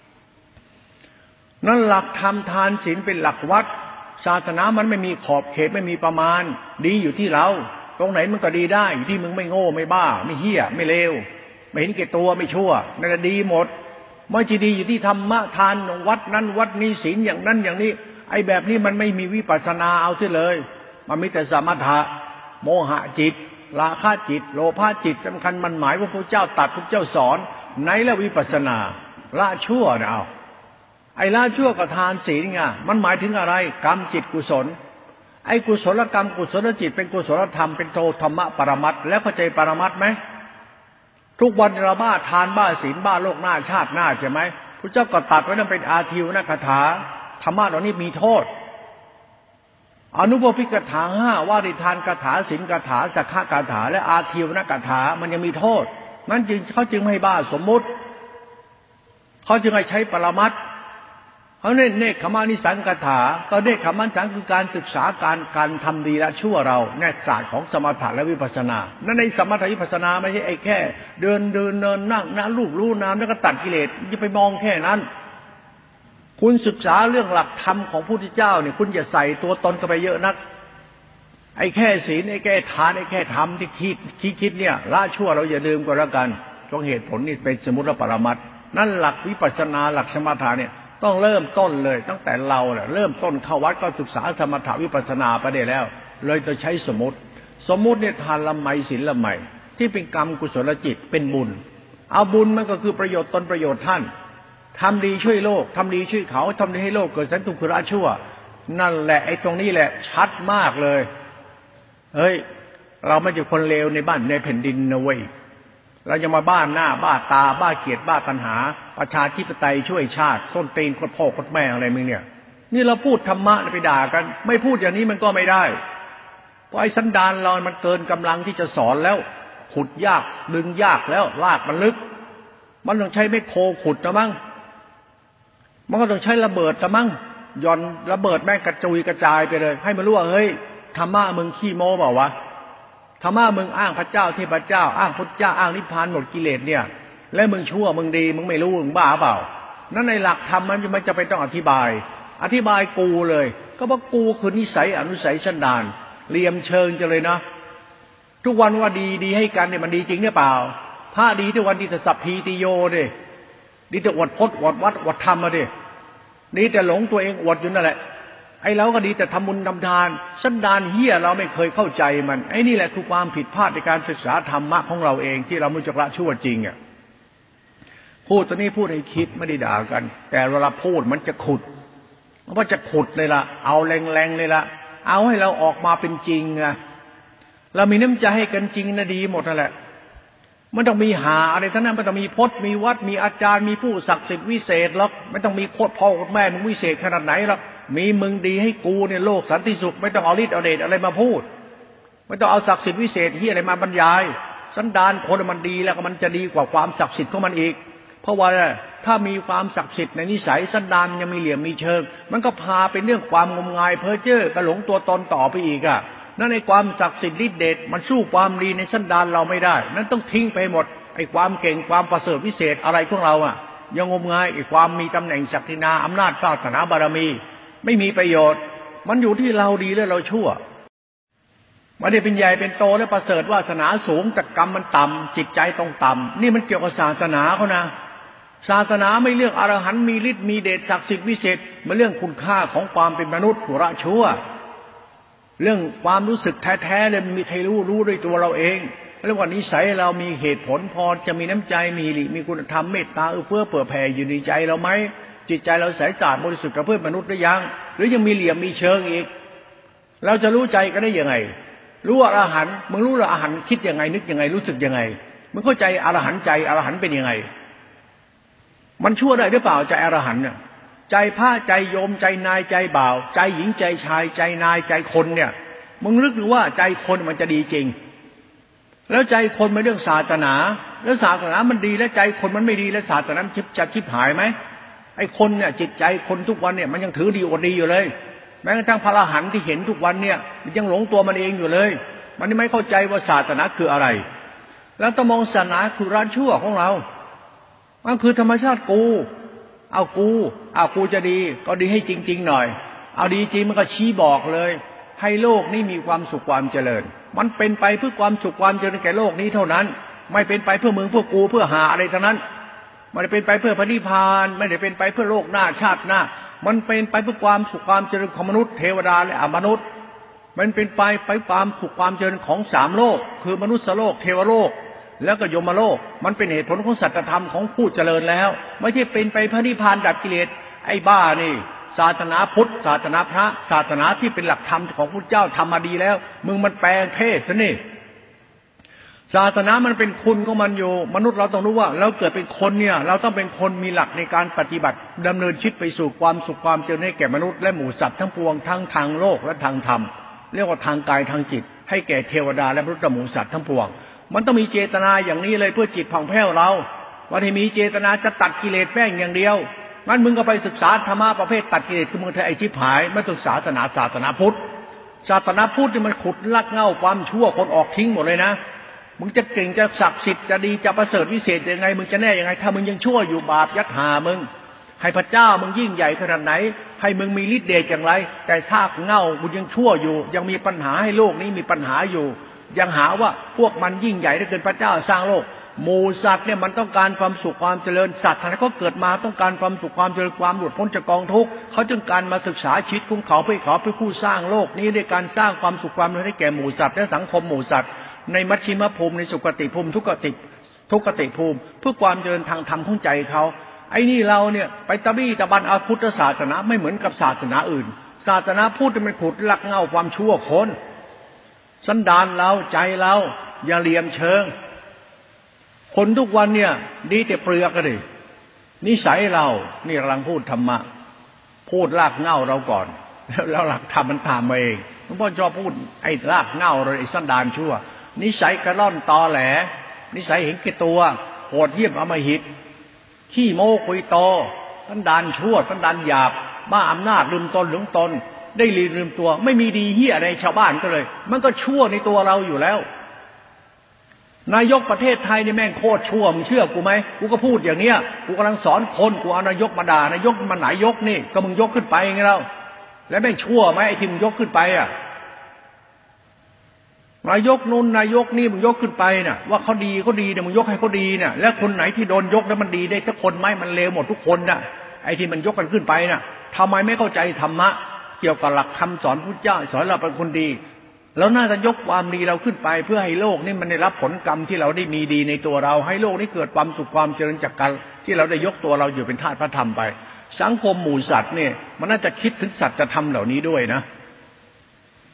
นั่นหลักธรรมทานศีลเป็นหลักวัดศาสนามันไม่มีขอบเขตไม่มีประมาณดีอยู่ที่เราตรงไหนมันก็ดีได้อยู่ที่มึงไม่โง่ไม่บ้าไม่เหี้ยไม่เลวไม่เห็นแก่ตัวไม่ชั่วนั่นแหละดีหมดไม่ใช่ดีอยู่ที่ธรรมะทานวัดนั้นวัดนี้ศีลอย่างนั้นอย่างนี้ไอ้แบบนี้มันไม่มีวิปัสสนาเอาเสียเลยมันมีแต่สมถะโมหะจิตราคะจิตโลภะจิตสำคัญมันหมายว่าพระเจ้าตัดพระเจ้าสอนไหนแล้ววิปัสสนาละชั่วนะเอาไอ้ละชั่วกับทานศีลไงมันหมายถึงอะไรกรรมจิตกุศลไอ้กุศลกรรมกุศลจิตเป็นกุศลธรรมเป็นโตธรรมะปรมัตถ์แล้วเข้าใจปรมัตถ์ไหมทุกวันเราบ้าทานบ้าศีลบ้าโลกหน้าชาติหน้าใช่ไหมพระเจ้าก็ตัดไว้นั่นเป็นอาทิวนะคาถาธรรมะเหล่านี้มีโทษอนุโภพิกถา5ว่าดิทานคาถาศีลคาถาสักขะคาถาและอาทิวนะคาถามันยังมีโทษนั้นเขาจึงไม่บ้าสมมุติเขาจึงให้ใช้ปรมัตถ์เขาเนกขมานิสังคาถาก็เนกขมานิสังคือการศึกษาการทำดีละชั่วเราในศาสตร์ของสมถะและวิปัสสนานั่นในสมถะวิปัสสนาไม่ใช่ไอ้แค่เดินนั่งนะรูปรู้นามแล้วก็ตัดกิเลสจะไปมองแค่นั้นคุณศึกษาเรื่องหลักธรรมของพระพุทธเจ้าเนี่ยคุณอย่าใส่ตัวตนเข้าไปเยอะนักไอ้แค่ศีลไอ้แค่ทานไอ้แค่ธรรมที่คิดเนี่ยละชั่วเราอย่าลืมก็แล้วกันเพราะเหตุผลนี่เป็นสมุติและปรมัตถ์นั่นหลักวิปัสสนาหลักสมถะเนี่ยต้องเริ่มต้นเลยตั้งแต่เราเนี่ยเริ่มต้นเข้าวัดก็ศึกษาสมถะวิปัสสนาไปได้แล้วเลยจะใช้สมมุติเนี่ยทานละไมศีลละไมที่เป็นกรรมกุศลจิตเป็นบุญเอาบุญมันก็คือประโยชน์ตนประโยชน์ท่านทำดีช่วยโลกทำดีช่วยเขาทำดีให้โลกเกิดสันตุคือละชั่วนั่นแหละไอ้ตรงนี้แหละชัดมากเลยเฮ้ยเราไม่ใช่คนเลวในบ้านในแผ่นดินนะเว้ยเราจะมาบ้านหน้าบ้าตาบ้าเกียรติบ้าตัณหาประชาธิปไตยช่วยชาติต้นตีนโคตรพ่อโคตรแม่อะไรมึงเนี่ยนี่เราพูดธรรมะไปด่ากันไม่พูดอย่างนี้มันก็ไม่ได้เพราะไอ้สันดานเรามันเกินกำลังที่จะสอนแล้วขุดยากดึงยากแล้วลากมันลึกมันต้องใช้ไมโครขุดนะมั้งมันก็ต้องใช้ระเบิดนะมั้งย่อนระเบิดแม่งกระจุยกระจายไปเลยให้มันรู้ว่าเฮ้ยธรรมะมึงขี้โม้เปล่าวะธรรมะมึงอ้างพระเจ้าเทพเจ้าอ้างพุทธเจ้าอ้างนิพพานหมดกิเลสเนี่ยแล้วมึงชั่วมึงดีมึงไม่รู้มึงบ้าเปล่านั่นในหลักธรรมมันจะไปต้องอธิบายกูเลยก็บอกกูคือนิสัยอนุสัยสันดานเหลี่ยมเชิงจะเลยนะทุกวันว่าดีให้กันเนี่ยมันดีจริงเนี่ยเปล่าพระดีทุกวันดีแต่สัพพีติโยดิดีแต่อวดพจน์อวดวัดอวดธรรมมาดิดีแต่หลงตัวเองอวดอยู่นั่นแหละไอ้เราก็ดีแต่ทำบุญทำทานสันดานเหี้ยเราไม่เคยเข้าใจมันไอ้นี่แหละคือความผิดพลาดในการศึกษาธรรมะของเราเองที่เราไม่จักละชั่วจริงอ่ะพูดตัวนี้พูดให้คิดไม่ได้ด่ากันแต่เวลาพูดมันจะขุดมันก็จะขุดเลยล่ะเอาแรงๆเลยล่ะเอาให้เราออกมาเป็นจริงอ่ะเรามีน้ำใจให้กันจริงนะดีหมดนั่นแหละไม่ต้องมีหาอะไรทั้งนั้นไม่ต้องมีพจน์มีวัดมีอาจารย์มีผู้ศักดิ์สิทธิ์วิเศษหรอกไม่ต้องมีโคตรพ่อโคตรแม่มึงวิเศษขนาดไหนหรอกมีมึงดีให้กูเนี่ยโลกสันติสุขไม่ต้องเอาฤทธิ์เอาเดชอะไรมาพูดไม่ต้องเอาศักดิ์สิทธิ์วิเศษที่อะไรมาบรรยายสันดานคนมันดีแล้วก็มันจะดีกว่าความศักดิ์สิทธิ์ของมันอีกเพราะว่าถ้ามีความศักดิ์สิทธิ์ในนิสัยสันดานมันยังมีเหลี่ยมมีเชิงมันก็พาเป็นเรื่องความงมงายเพ้อเจ้อกระหลงตัวตนต่อไปอีกอ่ะนั่นในความศักดิ์สิทธิ์ฤทธิ์เดชมันสู้ความดีในสันดานเราไม่ได้นั้นต้องทิ้งไปหมดไอ้ความเก่งความประเสริฐวิเศษอะไรของเราอ่ะยังงมงายไอ้ความมีตำแหน่งศักดินาอำนาจวาสนาบารมีไม่มีประโยชน์มันอยู่ที่เราดีหรือเราชั่วไม่ได้เป็นใหญ่เป็นโตและประเสริฐวาสนาสูงแต่กรรมมันต่ำจิตใจต้องต่ำนี่มันเกี่ยวกับศาสนาเขานะศาสนาไม่เรื่องอรหันต์มีฤทธิ์มีเดชศักดิ์สิทธิ์วิเศษมันเรื่องคุณค่าของความเป็นมนุษย์ผู้ละชั่วเรื่องความรู้สึกแท้ๆเลยมีใครรู้ด้วยตัวเราเองเรื่องว่านิสัยเรามีเหตุผลพอจะมีน้ำใจมีคุณธรรมเมตตาเอื้อเผื่อแผ่อยู่ในใจเราไหมจิตใจเราใสสะอาดบริสุทธิ์กับเพื่อนมนุษย์หรือยังหรือยังมีเหลี่ยมมีเชิงอีกเราจะรู้ใจกันได้ยังไงรู้ว่าอรหันต์มึงรู้ว่าอรหันต์คิดยังไงนึกยังไงรู้สึกยังไงมึงเข้าใจอรหันต์ใจอรหันต์เป็นยังไงมันชั่วได้หรือเปล่าใจอรหันต์เนี่ยใจพระใจโยมใจนายใจบ่าวใจหญิงใจชายใจนายใจคนเนี่ยมึงนึกดูว่าใจคนมันจะดีจริงแล้วใจคนเป็นเรื่องศาสนาแล้วศาสนามันดีแล้วใจคนมันไม่ดีแล้วศาสนาจะชิบหายไหมไอ้คนเนี่ยจิตใจคนทุกวันเนี่ยมันยังถือดีอวดดีอยู่เลยแม้กระทั่งพระอรหันต์ที่เห็นทุกวันเนี่ยมันยังหลงตัวมันเองอยู่เลยมันไม่เข้าใจว่าศาสนาคืออะไรแล้วต้องมองศาสนาคือร้านชั่วของเรามันคือธรรมชาติกูจะดีก็ดีให้จริงๆหน่อยเอาดีจริงมันก็ชี้บอกเลยให้โลกนี้มีความสุขความเจริญมันเป็นไปเพื่อความสุขความเจริญแก่โลกนี้เท่านั้นไม่เป็นไปเพื่อมึงเพื่อกูเพื่อหาอะไรทั้งนั้นไม่ได้เป็นไปเพื่อพระนิพพานไม่ได้เป็นไปเพื่อโลกหน้าชาติหน้ามันเป็นไปเพื่อความสุขความเจริญของมนุษย์เทวดาและอมนุษย์มันเป็นไปความสุขความเจริญของสามโลกคือมนุษย์โลกเทวโลกแล้วก็ยมโลกมันเป็นเหตุผลของสัจธรรมของผู้เจริญแล้วไม่ใช่เป็นไปพระนิพพานดับกิเลสไอ้บ้านี่ศาสนาพุทธศาสนาพระศาสนาที่เป็นหลักธรรมของพุทธเจ้าทำมาดีแล้วมึงมันแปลงเพศซะนี่ศาสนามันเป็นคุณของมันอยู่มนุษย์เราต้องรู้ว่าเราเกิดเป็นคนเนี่ยเราต้องเป็นคนมีหลักในการปฏิบัติดำเนินชีวิตไปสู่ความสุขความเจริญให้แก่มนุษย์และหมู่สัตว์ทั้งปวงทั้งทางโลกและทางธรรมเรียกว่าทางกายทางจิตให้แก่เทวดาและมนุษย์และหมู่สัตว์ทั้งปวงมันต้องมีเจตนาอย่างนี้เลยเพื่อจิตผ่องแผ้วเราวันที่มีเจตนาจะตัดกิเลสแป้งอย่างเดียวงั้นมึงก็ไปศึกษาธรรมะประเภทตัดกิเลสคือมึงเธอไอ้ชิบหายไม่ต้องศาสนาพุทธนี่มันขุดลักเง่าความชั่วคนออกทิ้งหมดเลยนะมึงจะเก่งจะศักดิ์สิทธิ์จะดีจะประเสริฐวิเศษยังไงมึงจะแน่ยังไงถ้ามึงยังชั่วอยู่บาปยัดหามึงให้พระเจ้ามึงยิ่งใหญ่ขนาดไหนให้มึงมีฤทธิ์เดชอย่างไรแต่ซากเง่ามึงยังชั่วอยู่ยังมีปัญหาให้โลกนี้มีปัญหาอยู่ยังหาว่าพวกมันยิ่งใหญ่ได้เกินพระเจ้าสร้างโลกหมู่สัตว์เนี่ยมันต้องการความสุขความเจริญสัตว์ทั้งนั้นก็เกิดมาต้องการความสุขความเจริญความหลุดพ้นจากกองทุกข์เขาจึงการมาศึกษาชีวิตของเขาเพื่อผู้สร้างโลกนี้ด้วยการสร้างความสุขความเจริญให้แก่หมู่สัตว์และสังคมหมู่สัตว์ในมัชชิมภูมิในสุคติภูมิทุกขติภูมิเพื่อความเจริญทางธรรมของใจเขาไอ้นี่เราเนี่ยไปตะบี้ตะบันเอาพุทธศาสนาไม่เหมือนกับศาสนาอื่นศาสนาพุทธมันขุดลักเง่าความชั่วคนสันดานเราใจเราอย่าเหลี่ยมเชิงคนทุกวันเนี่ยดีแต่เปลือกกันดินิสัยเรานี่กำลังพูดธรรมะพูดลากเง่าเราก่อนแล้วหลักธรรมมันตามมาเองหลวงพ่อชอบพูดไอ้ลากเง่าเราไอ้สันดานชั่วนิสัยกระล่อนตอแหลนิสัยเห็นแก่ตัวโหดเหี้ยมอำมหิตขี้โม้คุยโตสันดานชั่วสันดานหยาบบ้าอำนาจลืมตนหลงตนได้ลืมตัวไม่มีดีเหี้ยอะไรชาวบ้านก็เลยมันก็ชั่วในตัวเราอยู่แล้วนายกประเทศไทยนี่แม่งโคตรชั่วมึงเชื่อกูไหมกูก็พูดอย่างเนี้ยกูกำลังสอนคนกูเอานายกมาด่านายกมันไหนยกนี่ก็มึงยกขึ้นไปไงเราแล้วแม่งชั่วไหมไอ้ที่มึงยกขึ้นไปอ่ะนายกนู่นนายกนี่มึงยกขึ้นไปน่ะว่าเขาดีเนี่ยมึงยกให้เขาดีเนี่ยแล้วคนไหนที่โดนยกแล้วมันดีได้ทุกคนไหมมันเลวหมดทุกคนน่ะไอ้ที่มันยกกันขึ้นไปน่ะทำไมไม่เข้าใจธรรมะเกี่ยวกับหลักคำสอนพุทธเจ้าสอนเราเป็นคนดีแล้วน่าจะยกความดีเราขึ้นไปเพื่อให้โลกนี่มันได้รับผลกรรมที่เราได้มีดีในตัวเราให้โลกนี้เกิดความสุขความเจริญจากการที่เราได้ยกตัวเราอยู่เป็นทาสพระธรรมไปสังคมหมู่สัตว์เนี่ยมันน่าจะคิดถึงสัจธรรมเหล่านี้ด้วยนะ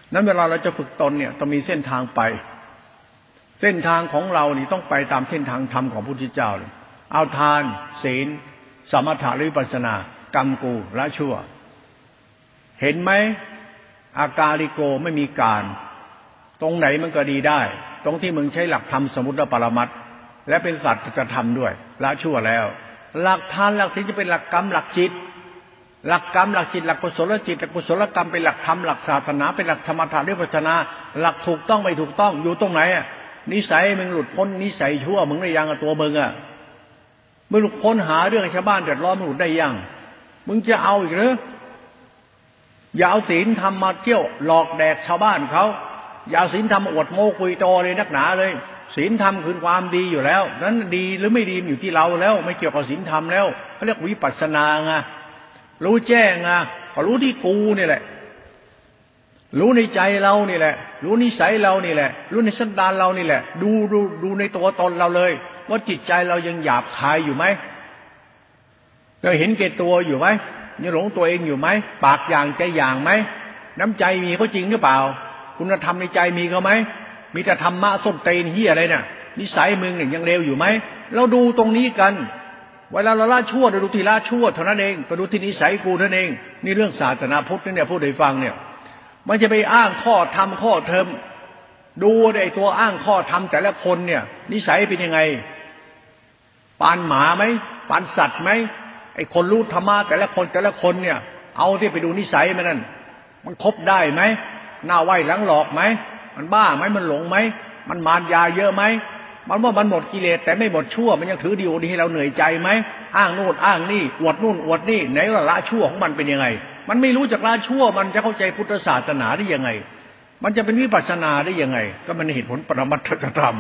นั้นเวลาเราจะฝึกตนเนี่ยต้องมีเส้นทางไปเส้นทางของเรานี่ต้องไปตามเส้นทางธรรมของพระพุทธเจ้าเอาทานศีลสมถะหรือวิปัสสนากรรมกูละชั่วเห็นไหมอากาลิโกไม่มีการตรงไหนมันก็ดีได้ตรงที่มึงใช้หลักธรรมสมมุติและปรมัตถ์และเป็นสัจจะธรรมด้วยละชั่วแล้วหลักทานหลักศีลจะเป็นหลักกรรมหลักจิตหลักกรรมหลักจิตหลักกุศลจิตหลักกุศลกรรมเป็นหลักธรรมหลักศาสนาเป็นหลักธรรมะวิปัสสนาหลักถูกต้องไม่ถูกต้องอยู่ตรงไหนอ่ะนิสัยมึงหลุดพ้นนิสัยชั่วมึงได้ยังตัวมึงอ่ะมึงหลุดพ้นหาเรื่องชาวบ้านเดือดร้อนมึงหลุดได้ยังมึงจะเอาอีกหรืออย่าเอาศีลธรรมมาเที่ยวหลอกแดกชาวบ้านเขาอย่าเอาศีลธรรมมาอวดโม้คุยโตเลยนักหนาเลยศีลธรรมคือความดีอยู่แล้วนั้นดีหรือไม่ดีอยู่ที่เราแล้วไม่เกี่ยวกับศีลธรรมแล้วเขาเรียกวิปัสสนาไงรู้แจ้งไงก็รู้ที่กูนี่แหละรู้ในใจเรานี่แหละรู้นิสัยเรานี่แหละรู้ในสันดานเรานี่แหละดูในตัวตนเราเลยว่าจิตใจเรายังหยาบคายอยู่ไหมเราเห็นแก่ตัวอยู่ไหมยังหลงตัวเองอยู่ไหมปากอย่างใจอย่างไหมน้ำใจมีเขาจริงหรือเปล่าคุณธรรมในใจมีเขาไหมมีแต่ธรรมะส้มเตนเหี้ยอะไรเนี่ยนิสัยมึงเนี่ยยังเลวอยู่ไหมเราดูตรงนี้กันเวลาเราละชั่วเราดูที่ละชั่วเท่านั้นเองก็ดูที่นิสัยกูเท่านั้นเองนี่เรื่องศาสนาพุทธเนี่ยพูดให้ฟังเนี่ยมันจะไปอ้างข้อธรรมข้อเทอมดูไอ้ตัวอ้างข้อธรรมแต่ละคนเนี่ยนิสัยเป็นยังไงปานหมาไหมปานสัตว์ไหมไอ้คนรู้ธรรมะแต่ละคนเนี่ยเอาที่ไปดูนิสัยมันนั่นมันคบได้ไหมหน้าไหวหลังหลอกไหมมันบ้าไหมมันหลงไหมมันมารยาเยอะไหมมันว่ามันหมดกิเลสแต่ไม่หมดชั่วมันยังถือดีดีให้เราเหนื่อยใจไหมอ้างโน่นอ้างนี่อวดนู่นอวดนี่ไหนว่าละชั่วของมันเป็นยังไงมันไม่รู้จักละชั่วมันจะเข้าใจพุทธศาสนาได้ยังไงมันจะเป็นวิปัสสนาได้ยังไงก็มันเหตุผลปรมัตถธรรม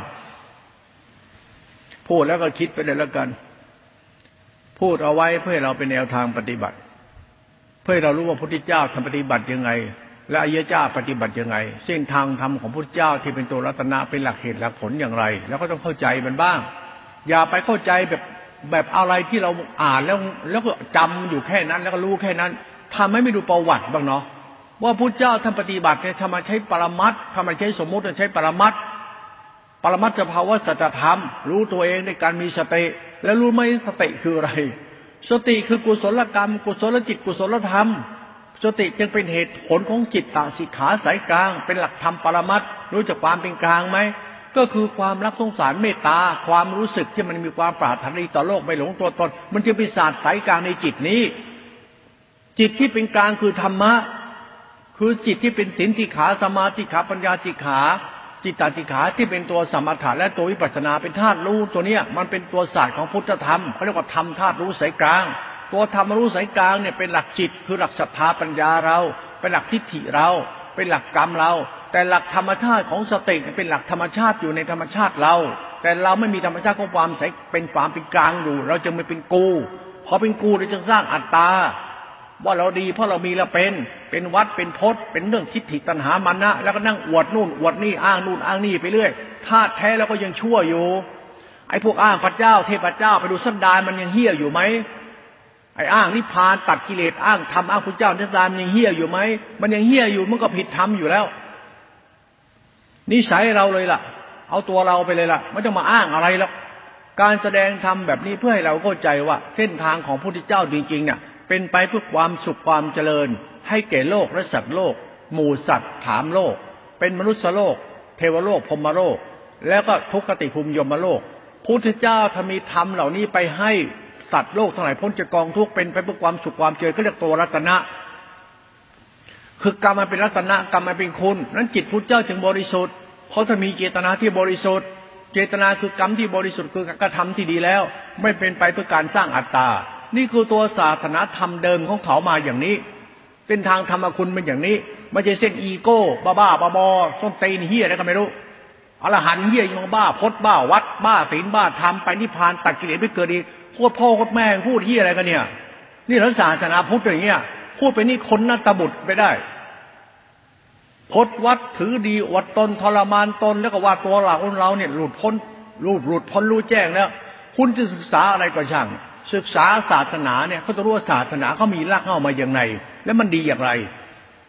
พูดแล้วก็คิดไปเลยแล้วกันพูดเอาไว้เพื่อให้เราเป็นแนวทางปฏิบัติเพื่อให้เรารู้ว่าพระพุทธเจ้าทำปฏิบัติยังไงและอริยเจ้าปฏิบัติยังไงเส้นทางธรรมของพระพุทธเจ้าที่เป็นตัวรัตนะเป็นหลักเหตุหลักผลอย่างไรแล้วก็ต้องเข้าใจมันบ้างอย่าไปเข้าใจแบบอะไรที่เราอ่านแล้วก็จำอยู่แค่นั้นแล้วก็รู้แค่นั้นทำให้ไม่ดูประวัติบ้างเนาะว่าพุทธเจ้าทำปฏิบัติเนี่ยทำมาใช้ปรมัตถ์ทำมาใช้สมมุติใช้ปรมัตถ์สภาวะสัจธรรมรู้ตัวเองในการมีสติแล้วรู้ไหมสติคืออะไรสติคือกุศลกรรมกุศลจิตกุศลธรรมสติจึงเป็นเหตุผลของจิตตสิกขาสายกลางเป็นหลักธรรมปรมัตถ์รู้จักความเป็นกลางไหมก็คือความรักสงสารเมตตาความรู้สึกที่มันมีความปรารถนาดีต่อโลกไม่หลงตัวตนมันจะเป็นศาสตร์สายกลางในจิตนี้จิตที่เป็นกลางคือธรรมะคือจิตที่เป็นศีลสิกขาสมาธิขาปัญญาสิกขาจิตตสิกขาที่เป็นตัวสมถะและตัววิปัสสนาเป็นธาตุรู้ตัวเนี้ยมันเป็นตัวศาสตร์ของพุทธธรรมเขาเรียกว่าธรรมธาตุรู้สายกลางตัวธรรมรู้สายกลางเนี่ยเป็นหลักจิตคือหลักศรัทธาปัญญาเราเป็นหลักทิฏฐิเราเป็นหลักกรรมเราแต่หลักธรรมชาติของสติเป็นหลักธรรมชาติอยู่ในธรรมชาติเราแต่เราไม่มีธรรมชาติของความใสเป็นความเป็นกลางอยู่เราจึงไม่เป็นกูพอเป็นกูเราจึงสร้างอัตตาว่าเราดีเพราะเรามีเราเป็นวัดเป็นพจน์เป็นเรื่องทิฏฐิตัณหามานะแล้วก็นั่งอวดนู่นอวดนี่อ้างนู่นอ้างนี่ไปเรื่อยธาตุแท้แล้วก็ยังชั่วอยู่ไอ้พวกอ้างพระเจ้าเทพเจ้าไปดูสันดานมันยังเหี้ยอยู่ไหมไอ้อ้างนิพพานตัดกิเลสอ้างธรรมอ้างพระเจ้านิพพานยังเหี้ยอยู่ไหมมันยังเหี้ยอยู่มันก็ผิดธรรมอยู่แล้วนิสัยเราเลยล่ะเอาตัวเราไปเลยล่ะไม่ต้องมาอ้างอะไรแล้วการแสดงธรรมแบบนี้เพื่อให้เราเข้าใจว่าเส้นทางของพระพุทธเจ้าจริงๆเนี่ยเป็นไปเพื่อความสุขความเจริญให้แก่โลกและสัตว์โลกหมู่สัตว์ถามโลกเป็นมนุษย์โลกเทวโลกพรหมโลกแล้วก็ทุกขติภูมิยมโลกพุทธเจ้าถ้ามีธรรมเหล่านี้ไปให้สัตว์โลกทั้งหลายพ้นจากกองทุกข์เป็นไปเพื่อความสุขความเจริญก็เรียกตัวรัตนะคือกรรมมันเป็นรัตนะกรรมมันเป็นคุณนั้นจิตพุทธเจ้าจึงบริสุทธิ์เพราะถ้ามีเจตนาที่บริสุทธิ์เจตนาคือกรรมที่บริสุทธิ์คือกระทำที่ดีแล้วไม่เป็นไปเพื่อการสร้างอัตตานี่คือตัวศาสนาธรรมเดิมของเขามาอย่างนี้เส้นทางธรรมคุณเป็นอย่างนี้ไม่ใช่เส้นอีโก้บ้าบอส้นตีนเหี้ยอะไรก็ไม่รู้อรหันต์เหี้ยยังบ้าพจน์บ้าวัดบ้าศีลบ้าธรรมไปนิพพานตัดกิเลสไม่เกิดอีกโคตรพ่อโคตรแม่พูดเหี้ยอะไรกันเนี่ยนี่ศาสนาพุทธอย่างเงี้ยพูดไปนี่คนน่าตบุตรไปได้พจน์วัดถือดีอวดตนทรมานตนแล้วก็ว่าตัวเราเนี่ยหลุดพ้นรู้แจ้งแล้วคุณจะศึกษาอะไรก็ช่างศึกษาศาสนาเนี่ยเขาจะรู้ว่าศาสนาเขามีรากเหง้ามาอย่างไรและมันดีอย่างไร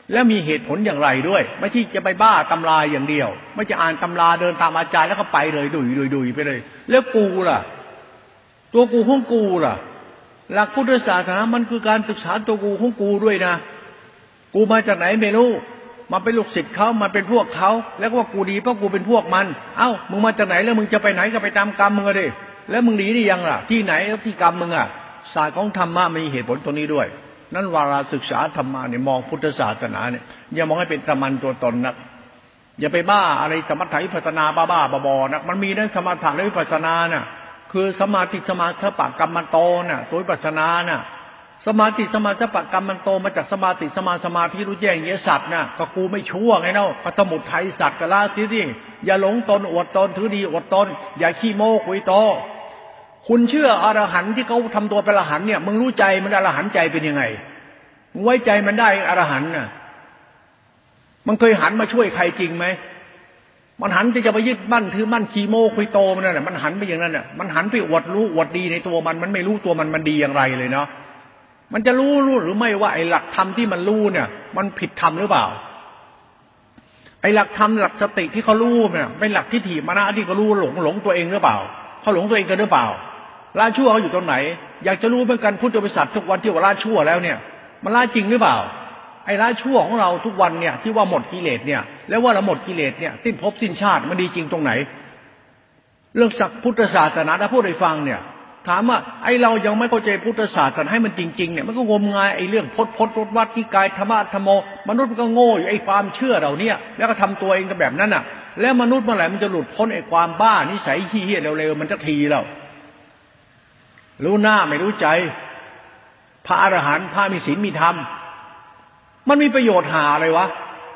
แล้วมีเหตุผลอย่างไรด้วยไม่ที่จะไปบ้าตำราอย่างเดียวไม่จะอ่านตำราเดินตามอาจารย์แล้วก็ไปเลยดุยไปเลยแล้วกูล่ะตัวกูของกูล่ะหลักพุทธศาสนามันคือการศึกษาตัวกูของกูด้วยนะกูมาจากไหนไม่รู้มาเป็นลูกศิษย์เขามาเป็นพวกเขาแล้วก็ว่ากูดีเพราะกูเป็นพวกมันเอ้ามึงมาจากไหนแล้วมึงจะไปไหนก็ไปตามกรรมมึงดิแล้วมึงหนีได้ยังล่ะที่ไหนที่กรรมมึงอ่ะศาสตร์ของธรรมะมีเหตุผลตัวนี้ด้วยนั้นเวลาศึกษาธรรมะเนี่ยมองพุทธศาสนาเนี่ยอย่ามองให้เป็นตะมันตัวตนนะอย่าไปบ้าอะไรสมถะวิปัสสนาบ้าๆบอๆนะมันมีนะสมถะและวิปัสสนาน่ะคือสมาธิสมาธิปะกรรมโตน่ะตัววิปัสสนาน่ะสมาธิสมาธิปะกรรมโตมาจากสมาธิสมาธิรู้แจ้งเยสัตว์น่ะก็กูไม่ชั่วไงเนาะก็สมุทัยสัตว์กะละสิอย่าหลงตนอวดตนถือดีอวดตนอย่าขี้โม้คุยโตคุณเชื่ออรหันต์ที่เขาทำตัวเป็นอรหันต์เนี่ยมึงรู้ใจมันอรหันต์ใจเป็นยังไงมึงไว้ใจมันได้อรหันต์น่ะมันเคยหันมาช่วยใครจริงไหมมันหันจะไปยึดมั่นถือมั่นขี้โม้คุยโตมันน่ะมันหันไปอย่างนั้นน่ะมันหันไปอวดรู้อวดดีในตัวมันไม่รู้ตัวมันดีอย่างไรเลยเนาะมันจะรู้หรือไม่ว่าไอ้หลักธรรมที่มันรู้เนี่ยมันผิดธรรมหรือเปล่าไอ้หลักธรรมหลักสติที่เขารู้เนี่ยเป็นหลักทิฏฐิมานะที่เขารู้หลงตัวเองหรือเปล่าเขาหลงตัวเองกันหรือเปล่าละชั่วเขาอยู่ตรงไหนอยากจะรู้เหมือนกันพุทธบริษัททุกวันที่ว่าละชั่วแล้วเนี่ยมันละจริงหรือเปล่าไอ้ละชั่วของเราทุกวันเนี่ยที่ว่าหมดกิเลสเนี่ยแล้วว่าเราหมดกิเลสเนี่ยสิ้นภพสิ้นชาติมันดีจริงตรงไหนเรื่องศักดิ์พุทธศาสนาถ้าพูดให้ฟังเนี่ยถามว่าไอ้เรายังไม่เข้าใจพุทธศาสนาให้มันจริงๆเนี่ยมันก็งมงายไอ้เรื่องพจน์วัดที่กายธรรมะธรรมโมมนุษย์มันก็โง่อยู่ไอ้ความเชื่อเราเนี่ยแล้วก็ทำตัวเองกันแบบนั้นน่ะแล้วมนุษย์เมื่อไหร่มันจะหลุดพ้นไอ้ความบ้านิสัยขี้เหี้ยเร็วๆมันจะทีแล้วรู้หน้าไม่รู้ใจพระอรหันต์พระมีศีลมีธรรมมันมีประโยชน์หาอะไรวะ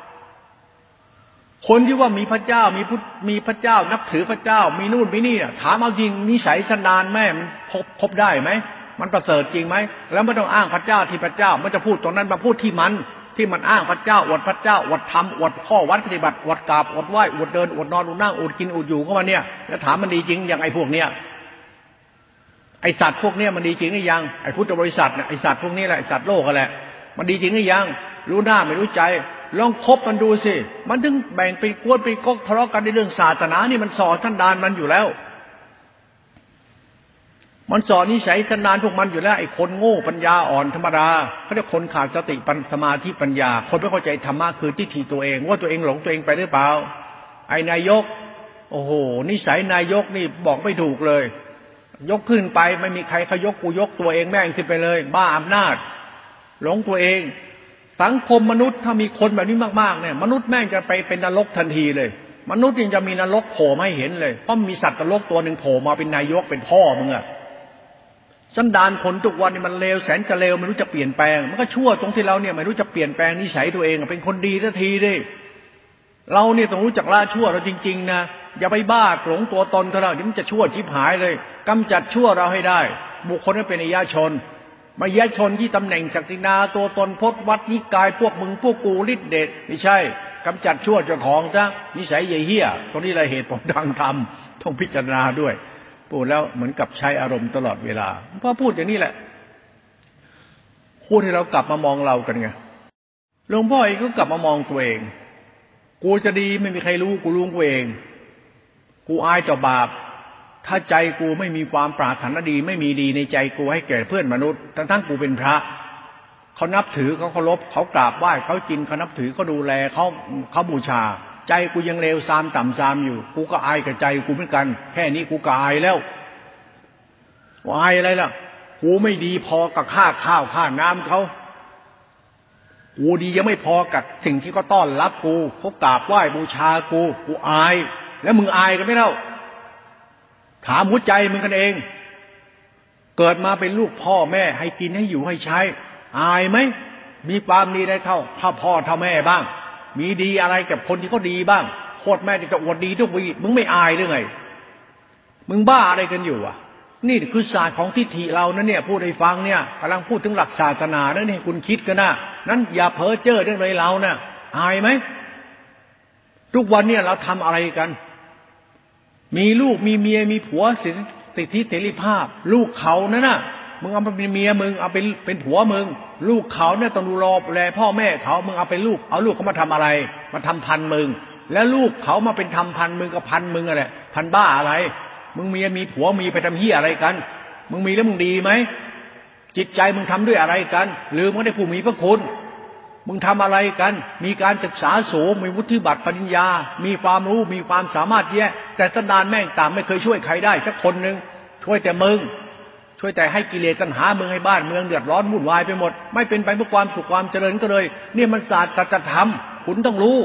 คนที่ว่ามีพระเจ้ามีพระเจ้านับถือพระเจ้ามีนู่นมีนี่ถามเอาจริงนิสัยสันดานแม่มันพบได้ไหมมันประเสริฐจริงไหมแล้วไม่ต้องอ้างพระเจ้าที่พระเจ้ามันจะพูดตรงนั้นมาพูดที่มันอ้างพระเจ้าอวดพระเจ้าอวดธรรมอวดข้อวัดปฏิบัติอวดกราบอวดไหว้อวดเดินอวดนอนอวดนั่งอวดกินอวดอยู่เข้ามาเนี่ยแล้วถามมันดีจริงอย่างไอ้พวกเนี้ยไอสัตว์พวกเนี้ยมันดีจริงหรือยังไอพุทธบริษัทเนี่ยไอสัตว์พวกนี้แหละไอสัตว์โลกกันแหละมันดีจริงหรือยังรู้หน้าไม่รู้ใจลองคบมันดูสิมันถึงแบ่งไปกวนไปก๊กทะเลาะกันในเรื่องศาสนานี่มันสอนท่านดานมันอยู่แล้วมันสอนนิสัยท่านดานพวกมันอยู่แล้วไอ้คนโง่ปัญญาอ่อนธรรมดาเขาเรียกคนขาดสติสมาธิปัญญาคนไม่เข้าใจธรรมะคือทิฏฐิตัวเองว่าตัวเองหลงตัวเองไปหรือเปล่าไอ้นายกโอ้โหนิสัยนายกนี่บอกไม่ถูกเลยยกขึ้นไปไม่มีใครเขายกกูยกตัวเองแม่งขึ้นไปเลยบ้าอำนาจหลงตัวเองสังคมมนุษย์ถ้ามีคนแบบนี้มากๆเนี่ยมนุษย์แม่งจะไปเป็นนรกทันทีเลยมนุษย์ยังจะมีนรกโผล่มาให้เห็นเลยเพราะมีสัตว์นรกตัวหนึ่งโผล่มาเป็นนายกเป็นพ่อมึงอะสันดานคนทุกวันนี่มันเลวแสนจะเลวไม่รู้จะเปลี่ยนแปลงมันก็ชั่วตรงที่เราเนี่ยไม่รู้จะเปลี่ยนแปลงนิสัยตัวเองเป็นคนดีสักทีดิเราเนี่ยต้องรู้จักละชั่วเราจริงๆนะอย่าไปบ้าหลงตัวตนเท่านั้นเดี๋ยวมันจะชั่วชิบหายเลยกำจัดชั่วเราให้ได้บุคคลนั้นเป็นอริยชนมายะชนที่ตำแหน่งศักดินาตัวตนพจน์วัดนิกายพวกมึงพวกกูฤทธิ์เดชไม่ใช่กำจัดชั่วเจ้าของซะนิสัยเหี้ยตรงนี้แหละเหตุผลทางธรรมต้องพิจารณาด้วยพูดแล้วเหมือนกับใช้อารมณ์ตลอดเวลาพอพูดอย่างนี้แหละพูดให้เรากลับมามองเรากันไงหลวงพ่อเองก็กลับมามองตัวเองกูจะดีไม่มีใครรู้กูรู้กูเองกูอายต่อบาปถ้าใจกูไม่มีความปรารถนาดีไม่มีดีในใจกูให้แก่เพื่อนมนุษย์ทั้งกูเป็นพระเขานับถือเขาเคารพเขากราบไหว้เขากินเขานับถือเขาดูแลเขาบูชาใจกูยังเลวทรามต่ำทรามอยู่กูก็อายกับใจกูเหมือนกันแค่นี้กูก็อายแล้วอายอะไรล่ะกูไม่ดีพอกับค่าข้าวค่าน้ำเขากูดียังไม่พอกับสิ่งที่เขาต้อนรับกูเขากราบไหว้บูชากูอายแล้วมึงอายกันไหมเล่าถามหัวใจมึงกันเองเกิดมาเป็นลูกพ่อแม่ให้กินให้อยู่ให้ใช้อายไหมมีความดีได้เท่าพ่อเท่าแม่บ้างมีดีอะไรกับคนที่เขาดีบ้างโคตรแม่ที่จะอวดดีทุกวีมึงไม่อายหรือไงมึงบ้าอะไรกันอยู่อ่ะนี่คือศาสตร์ของทิฏฐิเรานะเนี่ยพูดให้ฟังเนี่ยกำลังพูดถึงหลักศาสนานะเนี่ยคุณคิดกันนะนั้นอย่าเพ้อเจ้อเรื่องเลยเรานะอายไหมทุกวันเนี่ยเราทำอะไรกันมีลูกมีเมียมีผัวสิทธิเสรีภาพลูกเขานั่นน่ะมึงเอาเป็นเมียมึงเอาเป็นผัวมึงลูกเขาเนี่ยต้องดูแลพ่อแม่เขามึงเอาเป็นลูกเอาลูกเขามาทำอะไรมาทำพันมึงแล้วลูกเขามาเป็นทำพันมึงกับพันมึงอะไรพันบ้าอะไรมึงมีผัวมีไปทำเหี้ยอะไรกันมึงมีแล้วมึงดีไหมจิตใจมึงทำด้วยอะไรกันหรือมึงได้ผู้มีพระคุณมึงทำอะไรกันมีการศึกษาสูงมีวุฒิบัตรปริญญามีความรู้มีความสามารถแยะแต่สันดานแม่งต่ำไม่เคยช่วยใครได้สักคนนึงช่วยแต่มึงช่วยแต่ให้กิเลสตัณหามึงให้บ้านเมืองเดือดร้อนวุ่นวายไปหมดไม่เป็นไปเพื่อความสุขความเจริญก็เลยเนี่ยมันศาสตร์สัจธรรมคุณต้องรู้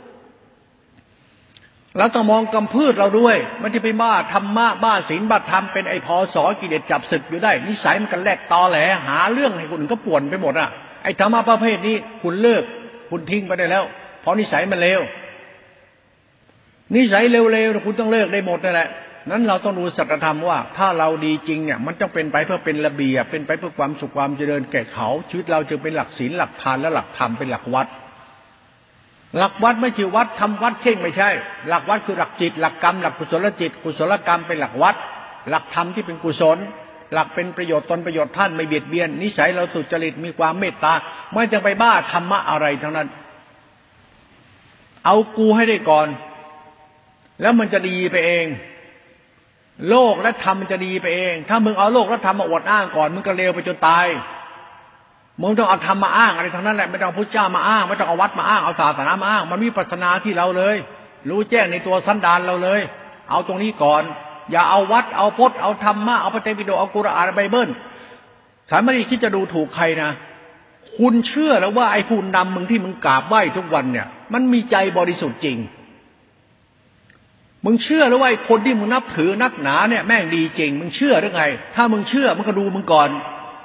แล้วต้องมองกำพืชเราด้วยมันจะไปบ้าธรรมะบ้าศีลบ้าธรรมเป็นไอ้พอสอกิเลสจับศึกอยู่ได้นิสัยมันกันแลกตอแหลหาเรื่องให้คนอื่นก็ป่วนไปหมดอ่ะไอ้ธรรมะประเภทนี้คุณเลิกคุณทิ้งไปได้แล้วเพราะนิสัยมันเลวนิสัยเลวๆคุณต้องเลิกได้หมดนั่นแหละนั้นเราต้องดูสัจธรรมว่าถ้าเราดีจริงเนี่ยมันต้องเป็นไปเพื่อเป็นระเบียบเป็นไปเพื่อความสุขความเจริญแก่เขาชีวิตเราจึงเป็นหลักศีลหลักทานและหลักธรรมเป็นหลักวัดหลักวัดไม่ใช่วัดทำวัดเข่งไม่ใช่หลักวัดคือหลักจิตหลักกรรมหลักกุศลจิตกุศลกรรมเป็นหลักวัดหลักธรรมที่เป็นกุศลหลักเป็นประโยชน์ตนประโยชน์ท่านไม่เบียดเบียนนิสัยเราสุจริตมีความเมตตาไม่จะไปบ้าธรรมะอะไรทั้งนั้นเอากูให้ได้ก่อนแล้วมันจะดีไปเองโลกและธรรมมันจะดีไปเองถ้ามึงเอาโลกและธรรมมาอวดอ้างก่อนมึงก็เลวไปจนตายมึงต้องเอาธรรมมาอ้างอะไรทั้งนั้นแหละไม่ต้องเอาพุทธเจ้ามาอ้างไม่ต้องเอาวัดมาอ้างเอาศาสนามาอ้างมันวิปัสสนาที่เราเลยรู้แจ้งในตัวสันดานเราเลยเอาตรงนี้ก่อนอย่าเอาวัดเอาพจน์เอาธรรมะเอาพระไตรปิฎกเอากุรอานไบเบิลสารไม่ได้คิดจะดูถูกใครนะคุณเชื่อแล้วว่าไอ้ผู้นำมึงที่มึงกราบไหว้ทุกวันเนี่ยมันมีใจบริสุทธิ์จริงมึงเชื่อแล้วว่าไอ้คนที่มึงนับถือนักหนาเนี่ยแม่งดีจริงมึงเชื่อหรือไงถ้ามึงเชื่อมึงก็ดูมึงก่อน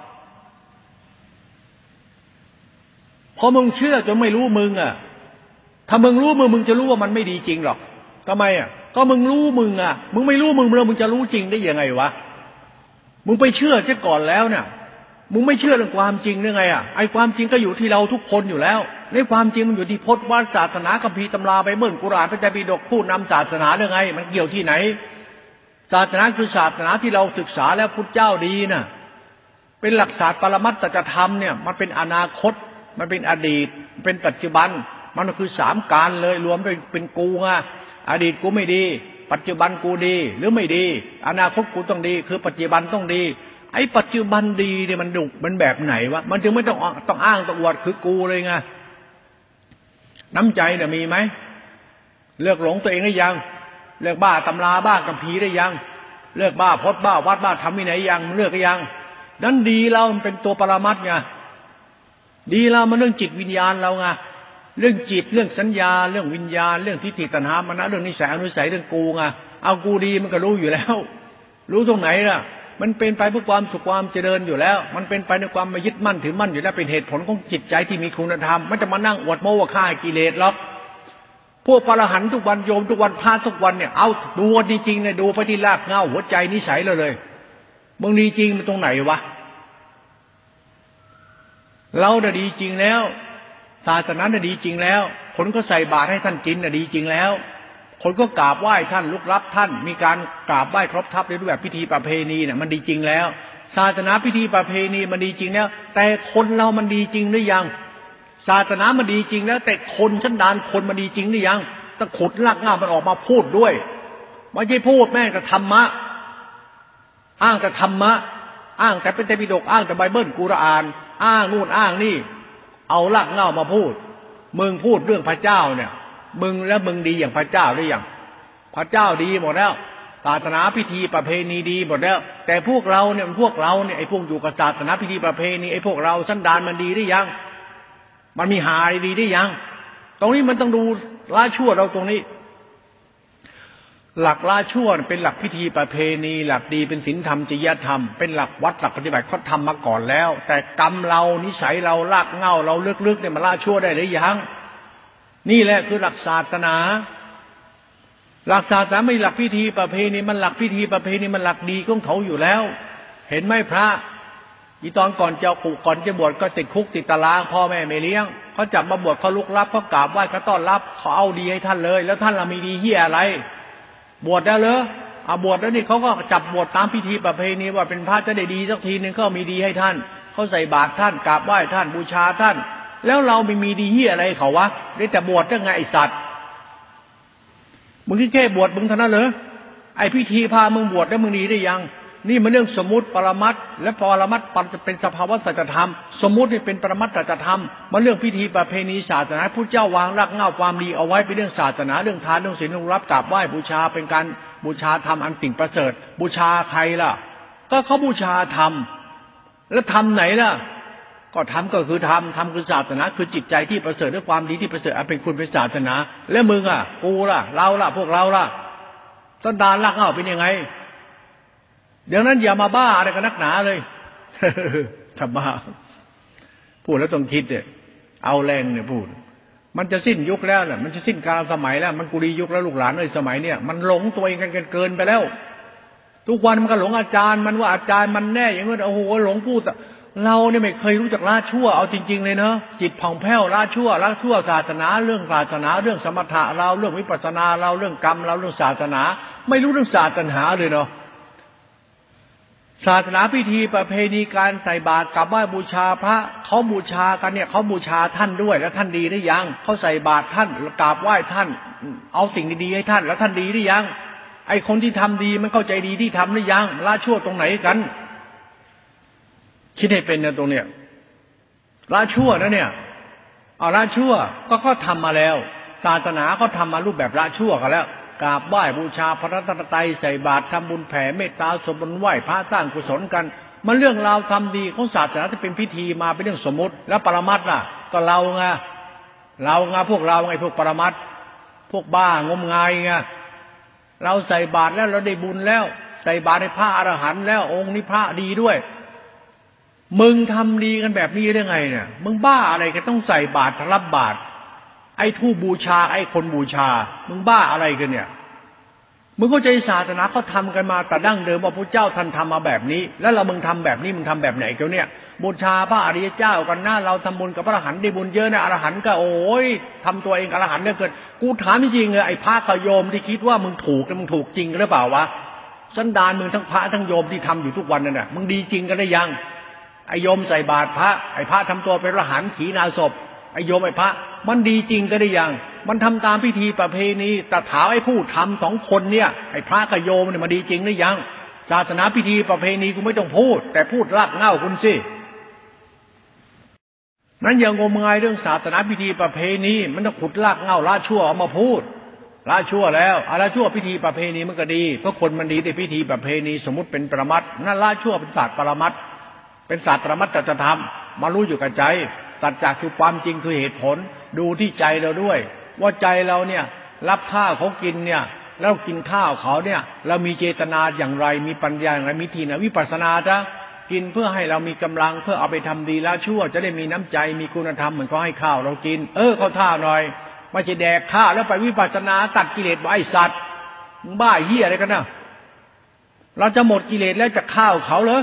พอมึงเชื่อจนไม่รู้มึงอ่ะถ้ามึงรู้มึงจะรู้ว่ามันไม่ดีจริงหรอกทำไมอ่ะก็มึงรู้มึงอ่ะมึงไม่รู้มึงแล้วมึงจะรู้จริงได้ยังไงวะมึงไปเชื่อซะก่อนแล้วเนี่ยมึงไม่เชื่อเรื่องความจริงได้ไงอ่ะไอ้ความจริงก็อยู่ที่เราทุกคนอยู่แล้วในความจริงมันอยู่ที่พจน์วัดศาสนาคัมภีร์ตำราไบเบิลกุรอานพระไตรปิฎกผู้นำศาสนาได้ไงมันเกี่ยวที่ไหนศาสนาคือศาสนาที่เราศึกษาแล้วพุทธเจ้าดีน่ะเป็นหลักศาสตร์ปรมัตถธรรมเนี่ยมันเป็นอนาคตมันเป็นอดีตเป็นปัจจุบันมันคือสามการเลยรวมเป็นกูไงอดีตกูไม่ดีปัจจุบันกูดีหรือไม่ดีอนาคตกูต้องดีคือปัจจุบันต้องดีไอ้ปัจจุบันดีเนี่ยมันดุมันแบบไหนวะมันจึงไม่ต้องอ้างต้องอวดคือกูเลยไงน้ำใจเนี่ยมีไหมเลิกหลงตัวเองได้ยังเลิกบ้าตำราบ้ากัมภีร์ได้ยังเลิกบ้าพจน์บ้าวัดบ้าทำวินัยยังเลิกยังนั้นดีเรามันเป็นตัวปรมัตถ์ไงดีเรามันเรื่องจิตวิญญาณเราไงเรื่องจิตเรื่องสัญญาเรื่องวิญญาณเรื่องทิฏฐิตัณหามานะเรื่องนิสัยอนุสัยเรื่องกูไงเอากูดีมันก็รู้อยู่แล้วรู้ตรงไหนล่ะมันเป็นไปเพื่อความสุขความเจริญอยู่แล้วมันเป็นไปในความไม่ยึดมั่นถือมั่นอยู่แล้วเป็นเหตุผลของจิตใจที่มีคุณธรรมไม่จะมานั่งอวดโม้ว่าฆ่ากิเลสหรอกพวกพระอรหันต์ทุกวันโยมทุกวันพระทุกวันเนี่ยเอาดูจริงๆเนี่ยดูไปที่รากเหง้าหัวใจนิสัยเราเลยมึงดีจริงมันตรงไหนวะเราเนี่ยดีจริงแล้วศาสนาเนี่ยดีจริงแล้วคนก็ใส่บาตรให้ท่านกินเนี่ยดีจริงแล้วคนก็กราบไหว้ท่านลุกลับท่านมีการกราบไหว้ครบทัพในรูปแบบพิธีประเพณีเนี่ยมันดีจริงแล้วศาสนาพิธีประเพณีมันดีจริงแล้วแต่คนเรามันดีจริงหรือยังศาสนามันดีจริงแล้วแต่คนชั้นดานคนมันดีจริงหรือยังต้องขุดรากเหง้ามันออกมาพูดด้วยไม่ใช่พูดแม่งแต่ธรรมะอ้างแต่ธรรมะอ้างแต่พระไตรปิฎกอ้างแต่ไบเบิลกุรอานอ้างนู่นอ้างนี่เอารากเหง้ามาพูดมึงพูดเรื่องพระเจ้าเนี่ยมึงแล้วมึงดีอย่างพระเจ้าหรือยังพระเจ้าดีหมดแล้วศาสนาพิธีประเพณีดีหมดแล้วแต่พวกเราเนี่ยไอ้พวกอยู่กับศาสนาพิธีประเพณีไอ้พวกเราสันดานมันดีหรือยังมันมีหาดีหรือยังตรงนี้มันต้องดูละชั่วเราตรงนี้หลักละชั่วเป็นหลักพิธีประเพณีหลักดีเป็นศีลธรรมจริยธรรมเป็นหลักวัดหลักปฏิบัติเขาทำมาก่อนแล้วแต่กรรมเรานิสัยเรารากเหง้าเราลึกๆเนี่ยมันละชั่วได้หรือยังนี่แหละคือหลักศาสนาหลักศาสนาไม่หลักพิธีประเพณีมันหลักพิธีประเพณีมันหลักดีของเขาอยู่แล้วเห็นไหมพระอีตอนก่อนจะบวชก็ติดคุกติดตารางพ่อแม่ไม่เลี้ยงเขาจับมาบวชเขาลุกลับเขากราบไหว้เขาต้อนรับเขาเอาดีให้ท่านเลยแล้วท่านเรามีดีเหี้ยอะไรบวชได้เหรอบวชแล้วนี่เขาก็จับบวชตามพิธีประเพณีว่าเป็นพระจะได้ดีสักทีนึงเขามีดีให้ท่านเขาใส่บาตรท่านกราบไหว้ท่านบูชาท่านแล้วเราไม่มีดีเหี้ยอะไรเขาวะได้แต่บวชได้ไงไอ้สัตว์มึงแค่บวชมึงเท่านั้นเหรอไอ้พิธีพามึงบวชแล้วมึงดีได้ยังนี่มันเรื่องสมมุติปรมัตถ์และปรมัตถ์จะเป็นสภาวะสัจธรรมสมมุตินี่เป็นปรมัตถ์สัจธรรมมันเรื่องพิธีประเพณีศาสนาพุทธเจ้าวางรากเหง้าความดีเอาไว้เป็นเรื่องศาสนาเรื่องทานเรื่องศีลเรื่องรับกราบไหว้บูชาเป็นการบูชาธรรมอันสิ่งประเสริฐบูชาใครล่ะก็เขาบูชาธรรมแล้วธรรมไหนล่ะก็ธรรมก็คือธรรมคือศาสนาคือจิตใจที่ประเสริฐด้วยความดีที่ประเสริฐเป็นคุณเป็นศาสนาแล้วมึงอ่ะกูล่ะเราล่ะพวกเราล่ะต้นดานรากเหง้าเป็นยังไงเดี๋ยวนั้นอย่ามาบ้าอะไรกันนักหนาเลยถ้าบ้าพูดแล้วต้องคิดเนี่ยเอาแรงเนี่ยพูดมันจะสิ้นยุคแล้วแหละมันจะสิ้นกาลสมัยแล้วมันกุลียุคแล้วลูกหลานในสมัยเนี่ยมันหลงตัวเองกันเกินไปแล้วทุกวันมันก็หลงอาจารย์มันว่าอาจารย์มันแน่อย่างนั้นโอ้โหหลงพูดเราเนี่ยไม่เคยรู้จักละชั่วเอาจริงๆเลยเนาะจิตผ่องแผ้วละชั่วศาสนาเรื่องศาสนาเรื่องสมถะเราเรื่องวิปัสสนาเราเรื่องกรรมเราเรื่องศาสนาไม่รู้เรื่องศาสนาเลยเนาะศาสนาพิธีประเพณีการใส่บาตรกราบไหว้บูชาพระเขาบูชากันเนี่ยเขาบูชาท่านด้วยแล้วท่านดีหรือยังเขาใส่บาตรท่านกราบไหว้ท่านเอาสิ่งดีๆให้ท่านแล้วท่านดีหรือยังไอ้คนที่ทำดีมันเข้าใจดีที่ทำหรือยังละชั่วตรงไหนกันคิดให้เป็นนะตรงเนี้ยละชั่วนะเนี่ยเอาละชั่วก็เขาทำมาแล้วศาสนาเขาทำมารูปแบบละชั่วกันแล้วกราบไหว้บูชาพระรัตนตรัยใส่บาตรทำบุญแผ่เมตตาสวดมนต์ไหว้พระสร้างกุศลกันมันเรื่องราวทำดีของศาสนาที่เป็นพิธีมาเป็นเรื่องสมมติแล้วปรมัตถ์ล่ะก็เราไงพวกเราไงพวกปรมัตถ์พวกบ้างมงายไงเราใส่บาตรแล้วเราได้บุญแล้วใส่บาตรให้พระอรหันต์แล้วองค์นี้พระดีด้วยมึงทำดีกันแบบนี้ได้ไงเนี่ยมึงบ้าอะไรกันต้องใส่บาตรรับบาตรไอ้ทูบูชาไอ้คนบูชามึงบ้าอะไรกันเนี่ยมึงเข้าใจศาสนาเขาทำกันมาแต่ดั้งเดิมว่าพระเจ้าท่านทำมาแบบนี้แล้วเรามึงทำแบบนี้มึงทำแบบไหนเกี่ยวเนี่ยบูชาพระอริยเจ้ากันนะเราทำบุญกับพระอรหันต์ได้บุญเยอะนะอรหันต์ก็โอ้ยทำตัวเองอรหันต์เนี่ยเกินกูถามจริงๆเลยไอ้พระกับโยมที่คิดว่ามึงถูกมึงถูกจริงหรือเปล่าวะสันดานมึงทั้งพระทั้งโยมที่ทำอยู่ทุกวันนั่นน่ะมึงดีจริงกันได้ยังไอโยมใส่บาตรพระไอพระทำตัวเป็นอรหันต์ขีณาสพไอโยมไอพระมันดีจริงก็ได้ยังมันทำตามพิธีประเพณีแต่ถามไอผู้ทำสองคนเนี่ยไอพระกับโยมเนี่ยมันดีจริงหรือยังศาสนาพิธีประเพณีกูไม่ต้องพูดแต่พูดรากเหง้าคุณสินั้นอย่างงมงายเรื่องศาสนาพิธีประเพณีมันต้องขุดรากเหง้าละชั่วออกมาพูดละชั่วแล้วละชั่วพิธีประเพณีมันก็ดีเพราะคนมันดีในพิธีประเพณีสมมุติเป็นปรมัตถ์นั่นละชั่วเป็นศาสตร์ปรมัตถ์เป็นศาสตร์ปรมัตถธรรมมารู้อยู่กับใจสัจจะคือความจริงคือเหตุผลดูที่ใจเราด้วยว่าใจเราเนี่ยรับข้าวเขากินเนี่ยแล้วกินข้าวเขาเนี่ยเรามีเจตนาอย่างไรมีปัญญาอย่างไรมีทีนะวิปัสสนาจ้ะกินเพื่อให้เรามีกำลังเพื่อเอาไปทำดีละชั่วจะได้มีน้ำใจมีคุณธรรมเหมือนเขาให้ข้าวเรากินเขาท่าหน่อยไม่ใช่แดกข้าวแล้วไปวิปัสสนาตัดกิเลสไอ้สัตว์มึงบ้าเหี้ยอะไรกันนะเราจะหมดกิเลสแล้วจากข้าวเขาเหรอ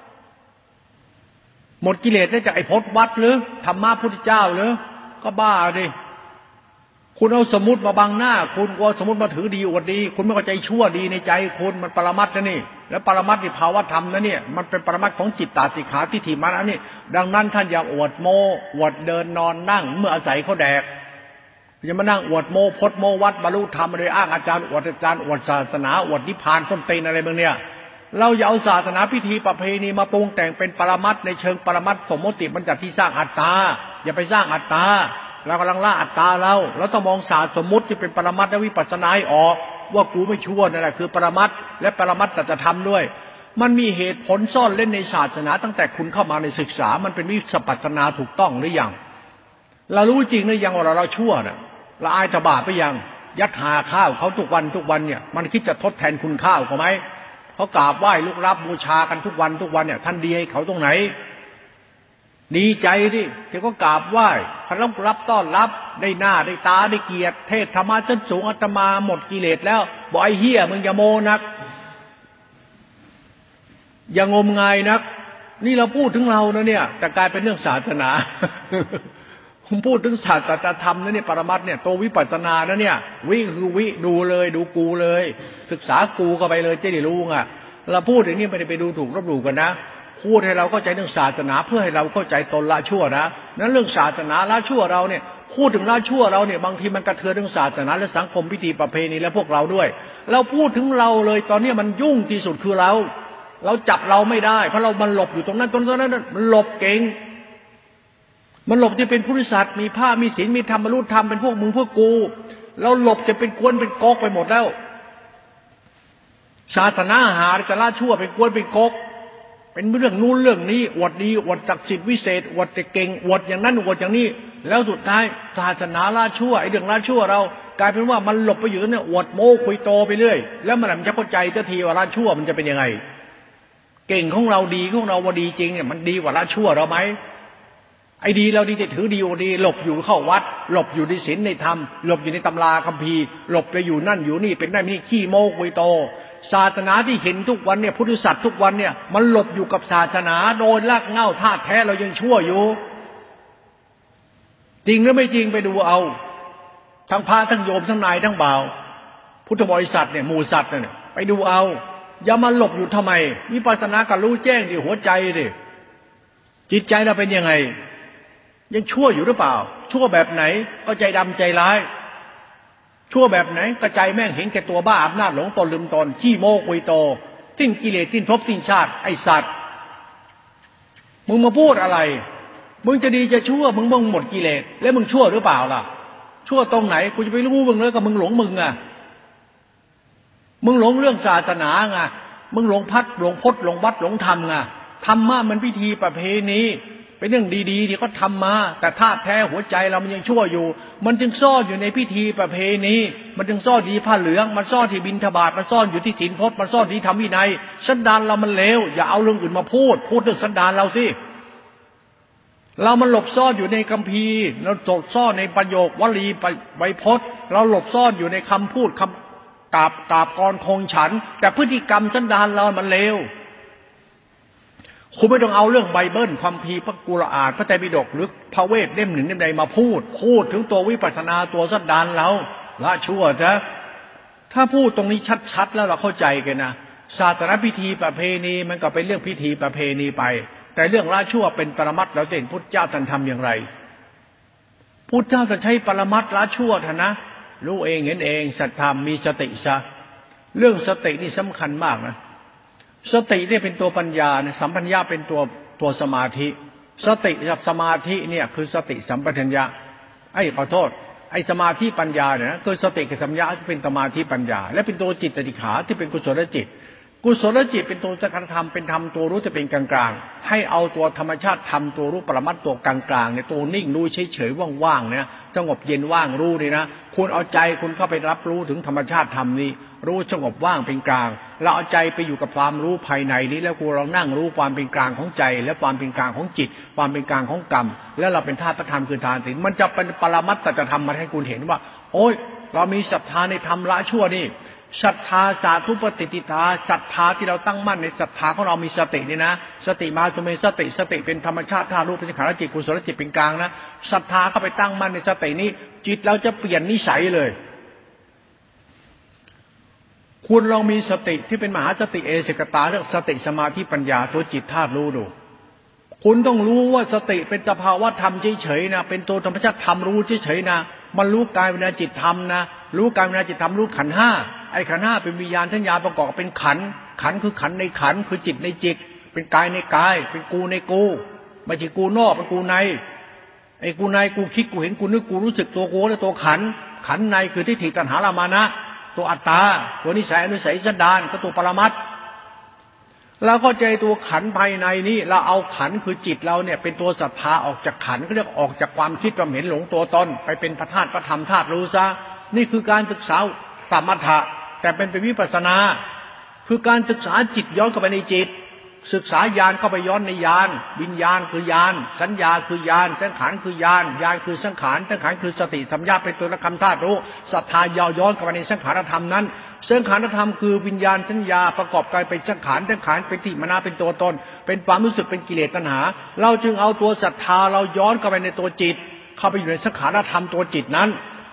หมดกิเลสได้จากไอ้พจน์วัดหรือธรรมะพุทธเจ้าหรือก็บ้าดิคุณเอาสมมุติมาบังหน้าคุณเอาสมมุติมาถือดีอวดดีคุณไม่เข้าใจชั่วดีในใจคุณมันปรมัตถ์นะนี่แล้วปรมัตถ์นี่ภาวะธรรมนะเนี่ยมันเป็นปรมัตถ์ของจิตตสิกขาทิฏฐิมานะนี่ดังนั้นท่านอย่าอวดโมอวดเดินนอนนั่งเมื่ออาศัยเขาแดกอย่ามานั่งอวดโมพจน์โมวัดบรรลุธรรมโดยอ้างอาจารย์อวดศาสนาอวดนิพพานส้นตีนอะไรบางเนี่ยเราอย่าเอาศาสนาพิธีประเพณีมาปรุงแต่งเป็นปรมัตถ์ในเชิงปรมัตถ์สมมติบัญญัติที่สร้างอัตตาอย่าไปสร้างอัตตาเรากำลังล่าอัตตาเราต้องมองศาสตร์สมมุติที่เป็นปรมัตถ์และวิปัสสนาให้ออกว่ากูไม่ชั่วนั่นแหละคือปรมัตถ์และปรมัตถ์สัจธรรมด้วยมันมีเหตุผลซ่อนเล่นในศาสนาตั้งแต่คุณเข้ามาในศึกษามันเป็นวิปัสสนาถูกต้องหรือยังเรารู้จริงหรือยังว่าเราชั่วน่ะละอายตบาปไปยังยัดหาข้าวเขาทุกวันเนี่ยมันคิดจะทดแทนคุณข้าวเขาไหมเขากราบไหว้ลุกรับบูชากันทุกวันเนี่ยท่านดีให้เขาตรงไหนดีใจดิที่เขากราบไหว้เขารับต้อนรับได้หน้าได้ตาได้เกียรติเทศธรรมะชั้นสูงอาตมาหมดกิเลสแล้วบอกไอ้เหี้ยมึงอย่าโมนักอย่างมงายนักนี่เราพูดถึงเรานะเนี่ยแต่กลายเป็นเรื่องศาสนาผมพูดถึงศาสตรธรรมนะเนี่ยปรมัตถ์เนี่ยตัววิปัสสนานะเนี่ยวิคือวิดูเลยดูกูเลยศึกษากูก็ไปเลยจะได้รู้ไงเราพูดอย่างนี้ไม่ได้ไปดูถูกลบหลู่กันนะพูดให้เราเข้าใจเรื่องศาสนาเพื่อให้เราเข้าใจตนละชั่วนะนั้นเรื่องศาสนาละชั่วเราเนี่ยพูดถึงละชั่วเราเนี่ยบางทีมันกระเทือนเรื่องศาสนาและสังคมพิธีประเพณีและพวกเราด้วยเราพูดถึงเราเลยตอนนี้มันยุ่งที่สุดคือเราจับเราไม่ได้เพราะเรามันหลบอยู่ตรงนั้นมันหลบเก่งมันหลบจะเป็นผู้ริษัทมีผ้ามีศีลมีธรรมบรรลุธรรมเป็นพวกมึงพวกกูเราหลบจะเป็นกวนเป็นก๊อกไปหมดแล้วศาสนาหาจะละชั่วเป็นกวนเป็นก๊อกเป็นเรื่องนู้นเรื่องนี้อวดดีอวดศักดิ์สิทธิ์วิเศษอวดเก่งอวดอย่างนั้นอวดอย่างนี้แล้วสุดท้ายศาสนาละชั่วไอ้เรื่องละชั่วเรากลายเป็นว่ามันหลบไปอยู่เนี่ยอวดโม้คุยโตไปเรื่อยแล้วมันจะเข้าใจทันทีว่าละชั่วมันจะเป็นยังไงเก่งของเราดีของเราว่าดีจริงเนี่ยมันดีกว่าละชั่วเราไหมไอ้ดีเราดีจะถือดีโอดีหลบอยู่เข้าวัดหลบอยู่ในศีลในธรรมหลบอยู่ในตำราคัมภีร์หลบไปอยู่นั่นอยู่นี่เป็นได้ไม่ขี้โม้คุยโตศาสนาที่เห็นทุกวันเนี่ยพุทธศาสนาทุกวันเนี่ยมันหลบอยู่กับศาสนาโดยรากเหง้าธาตุแท้เรายังชั่วอยู่จริงหรือไม่จริงไปดูเอาทั้งพระทั้งโยมทั้งนายทั้งบ่าวพุทธบริษัทเนี่ยหมู่สัตว์เนี่ยไปดูเอาอย่ามาหลบอยู่ทำไมวิปัสสนากับรู้แจ้งดิหัวใจดิจิตใจเราเป็นยังไงยังชั่วอยู่หรือเปล่าชั่วแบบไหนก็ใจดำใจร้ายชั่วแบบไหนกระใจแม่งเห็นแก่ตัวบ้าอำนาจหลงตนลืมตนขี้โม้คุยโตสิ้นกิเลสสิ้นภพสิ้นชาติไอ้สัตว์มึงมาพูดอะไรมึงจะดีจะชั่วมึงหมดกิเลสแล้วมึงชั่วหรือเปล่าล่ะชั่วตรงไหนกูจะไปรู้มึงเลยก็มึงหลงมึงอ่ะมึงหลงเรื่องศาสนาไงมึงหลงพัดหลงพจน์หลงวัดหลงธรรมไงธรรมะมันพิธีประเพณีเป็นเรื่องดีๆที่เขาทำมาแต่ธาตุแท้หัวใจเรามันยังชั่วอยู่มันจึงซ่อนอยู่ในพิธีประเพณีมันจึงซ่อนที่ผ้าเหลืองมันซ่อนที่บิณฑบาตมันซ่อนอยู่ที่ศีลพจน์มันซ่อนที่ธรรมวินัยสันดานเรามันเลวอย่าเอาเรื่องอื่นมาพูดเรื่องสันดานเราสิเรามันหลบซ่อนอยู่ในคัมภีร์เราหลบซ่อนในประโยควลีไวยพจน์เราหลบซ่อนอยู่ในคำพูดคำกราบกรคงฉันแต่พฤติกรรมสันดานเรามันเลวคุณไม่ต้องเอาเรื่องไบเบิลคัมภีร์พระกุรอานพระไตรปิฎกหรือพระเวทเล่มหนึ่งเล่มใดมาพูดถึงตัววิปัสสนาตัวสันดานเราละชั่วจ้ะถ้าพูดตรงนี้ชัดๆแล้วเราเข้าใจกันนะศาสนาพิธีประเพณีมันก็เป็นเรื่องพิธีประเพณีไปแต่เรื่องละชั่วเป็นปรมัตถ์เราจะเห็นพุทธเจ้าท่านทำอย่างไรพุทธเจ้าจะใช้ปรมัตถ์ละชั่วท่านนะรู้เองเห็นเองสัตธรรมมีสติซะเรื่องสตินี่สำคัญมากนะสติเนี่ยเป็นตัวปัญญานะสัมปัญญาเป็นตัวสมาธิสติกับสมาธิเนี่ยคือสติสัมปชัญญะขอโทษสมาธิปัญญาเนี่ยนะคือสติกับสัมปชัญญะที่เป็นสมาธิปัญญาและเป็นตัวจิตติขาที่เป็นกุศลจิตกุศลจิตเป็นตัวสังขารธรรมเป็นธรรมตัวรู้จะเป็นกลางๆให้เอาตัวธรรมชาติธรรมตัวรู้ปรมัตถ์ตัวกลางๆเนี่ยตัวนิ่งรู้เฉยๆว่างๆเนี่ยสงบเย็นว่างรู้นี่นะคุณเอาใจคุณเข้าไปรับรู้ถึงธรรมชาติธรรมนี้รู้สงบว่างเป็นกลางเราเอาใจไปอยู่กับความรู้ภายในนี้แล้วกูเรานั่งรู้ความเป็นกลางของใจและความเป็นกลางของจิตความเป็นกลางของกรรมแล้วเราเป็นธาตุธรรมคือทานศีลมันจะเป็นปรมัตถธรรมมาให้คุณเห็นว่าโอ๊ยเรามีศรัทธาในธรรมละชั่วนี่ศรัทธาสาธุปฏิติตาศรัทธาที่เราตั้งมั่นในศรัทธาของเรามีสตินี่นะสติมาสุเมสติเป็นธรรมชาติธาตุรู้เป็นสังขารจิตกุศลจิตเป็นกลางนะศรัทธาเข้าไปตั้งมั่นในสตินี้จิตเราจะเปลี่ยนนิสัยเลยคุณลองมีสติที่เป็นมหาสติเอเสกตาเรื่องสติสมาธิปัญญาตัวจิตธาตุรู้ดูคุณต้องรู้ว่าสติเป็นสภาวะธรรมเฉยๆนะเป็นตัวธรรมชาติธรรมรู้เฉยๆนะมันรู้กายวิญญาณจิตธรรมนะรู้กายวิญญาณจิตธรรมรู้ขันธ์ห้าขันธ์ห้าเป็นวิญญาณสัญญาประกอบเป็นขันธ์คือขันธ์ในขันธ์คือจิตในจิตเป็นกายในกายเป็นกูในกูไม่ใช่กูนอกเป็นกูในกูในกูคิดกูเห็นกูนึกกูรู้สึกตัวกูและตัวขันธ์ในคือทิฏฐิตัณหารามานะตัวอัตตาตัวนิสัยอนุสัยสันดานก็ตัวปรมัตถ์เราเข้าใจตัวขันธ์ภายในนี้เราเอาขันธ์คือจิตเราเนี่ยเป็นตัวศรัทธาออกจากขันธ์ก็เรียกออกจากความคิดความเห็นหลงตัวตนไปเป็นพระธาตุพระธรรมธาตุรู้ซะนี่คือการศึกษาสมถะแต่เป็นวิปัสสนาคือการศึกษาจิตย้อนเข้าไปในจิตศึกษาญาณเข้าไปย้อนในญาณวิญญาณคือญาณสัญญาคือญาณสังขารคือญาณคือสังขารคือสติสัมยาเป็นตัวละคำธาตุรู้ศรัทธาย้อนเข้าไปในสังขารธรรมนั้นสังขารธรรมคือวิญญาณสัญญาประกอบกันเป็นสังขารเป็นทิฏฐิมานะเป็นตัวตนเป็นความรู้สึกเป็นกิเลสตัณหาเราจึงเอาตัวศรัทธาเราย้อนเข้าไปในตัวจิตเข้าไปอยู่ในสังขารธรรมตัวจิตนั้น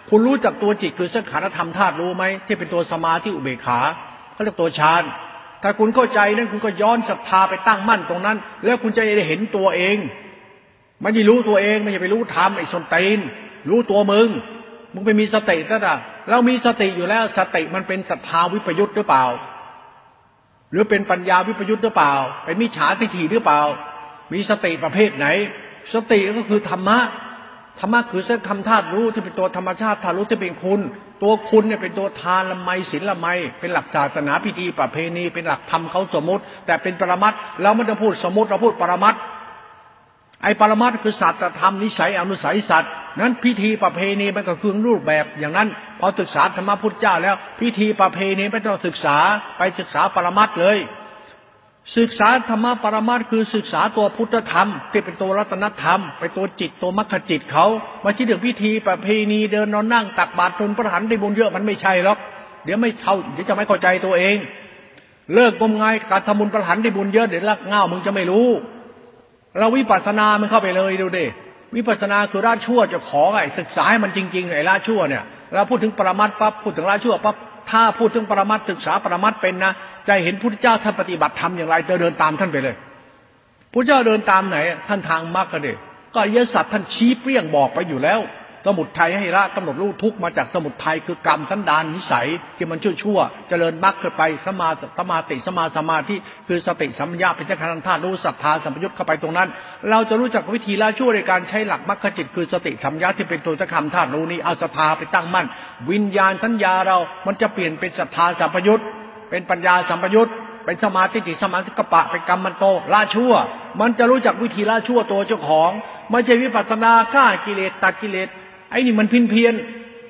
คุณรู้จักตัวจิตคือสังขารธรรมธาตุรู้ไหมที่เป็นตัวสมาธิอุเบกขาเขาเรียกตัวฌานถ้าคุณเข้าใจนั้นคุณก็ย้อนศรัทธาไปตั้งมั่นตรงนั้นแล้วคุณจะได้เห็นตัวเองไม่ใช่รู้ตัวเองไม่ใช่ไปรู้ธรรมไอ้ส้นตีนรู้ตัวมึงไปมีสติซะนะเรามีสติอยู่แล้วสติมันเป็นศรัทธาวิปยุตหรือเปล่าหรือเป็นปัญญาวิปยุตหรือเปล่าเป็นมิจฉาทิฏฐิหรือเปล่ามีสติประเภทไหนสติก็คือธรรมะธรรมะคือสังขารธาตุรู้ที่เป็นตัวธรรมชาติธาตุรู้ที่เป็นคุณตัวคุณเนี่ยเป็นตัวทานละไมศีลละไมเป็นหลักศาสนาพิธีประเพณีเป็นหลักธรรมเขาสมมติแต่เป็นปรมัตถ์เราไม่ได้พูดสมมติเราพูดปรมัตถ์ไอ้ปรมัตถ์คือศาสตรธรรมนิสัยอนุสัยสัตว์นั้นพิธีประเพณีมันก็คือรูปแบบอย่างนั้นพอศึกษาธรรมะพุทธเจ้าแล้วพิธีประเพณีไม่ต้องศึกษาไปศึกษาปรมัตถ์เลยศึกษาธรรมะปรมัตถ์คือศึกษาตัวพุทธธรรมที่เป็นตัวรัตนธรรมเป็นตัวจิตตัวมรรคจิตเขาไม่ใช่เรื่องพิธีประเพณีเดินนอนนั่งตักบาตรตุนพระหันได้บุญเยอะมันไม่ใช่หรอกเดี๋ยวจะไม่เข้าใจตัวเองเลิกงมงายการทำบุญพระหันได้บุญเยอะเดี๋ยวลักเง่ามึงจะไม่รู้เราวิปัสสนามันเข้าไปเลยดูดิวิปัสสนาคือละชั่วจะขอไอ้ศึกษาให้มันจริงๆไอ้ละชั่วเนี่ยเราพูดถึงปรมัตถ์ปั๊บพูดถึงละชั่วปั๊บถ้าพูดถึงปรมัตถ์ศึกษาปรมัตถ์เป็นนะจะเห็นพุทธเจ้าท่านปฏิบัติธรรมอย่างไรจะเดินตามท่านไปเลยพุทธเจ้าเดินตามไหนท่านทางมรรคก็ดิก็อริยสัจท่านชี้เปรี้ยงบอกไปอยู่แล้วสมุทัยให้ละกำหนดรู้ทุกมาจากสมุทัยคือกรรมสันดานนิสัยที่มันชั่วเจริญมรรคขึ้นไปสมาธิสมาธิคือสติสัมปชัญญะเป็นสังขารธาตุรู้ศรัทธาสัมปยุตเข้าไปตรงนั้นเราจะรู้จักวิธีละชั่วในการใช้หลักมรรคจิตคือสติสัมปชัญญะที่เป็นตัวสังขารธาตุรู้นี้เอาศรัทธาไปตั้งมั่นวิญญาณสัญญาเรามันจะเปลี่ยนเป็นศรัทธาสัมปยุตเป็นปัญญาสัมปยุตเป็นสมาธิสมาธิกปะเป็นกรรมมันโตละชั่วมันจะรู้จักวิธีละชั่วตัวเจ้าของไม่ใช่วิปัสสนาฆ่ากิเลสตัดกิเลสไอ้นี่มันเพี้ยน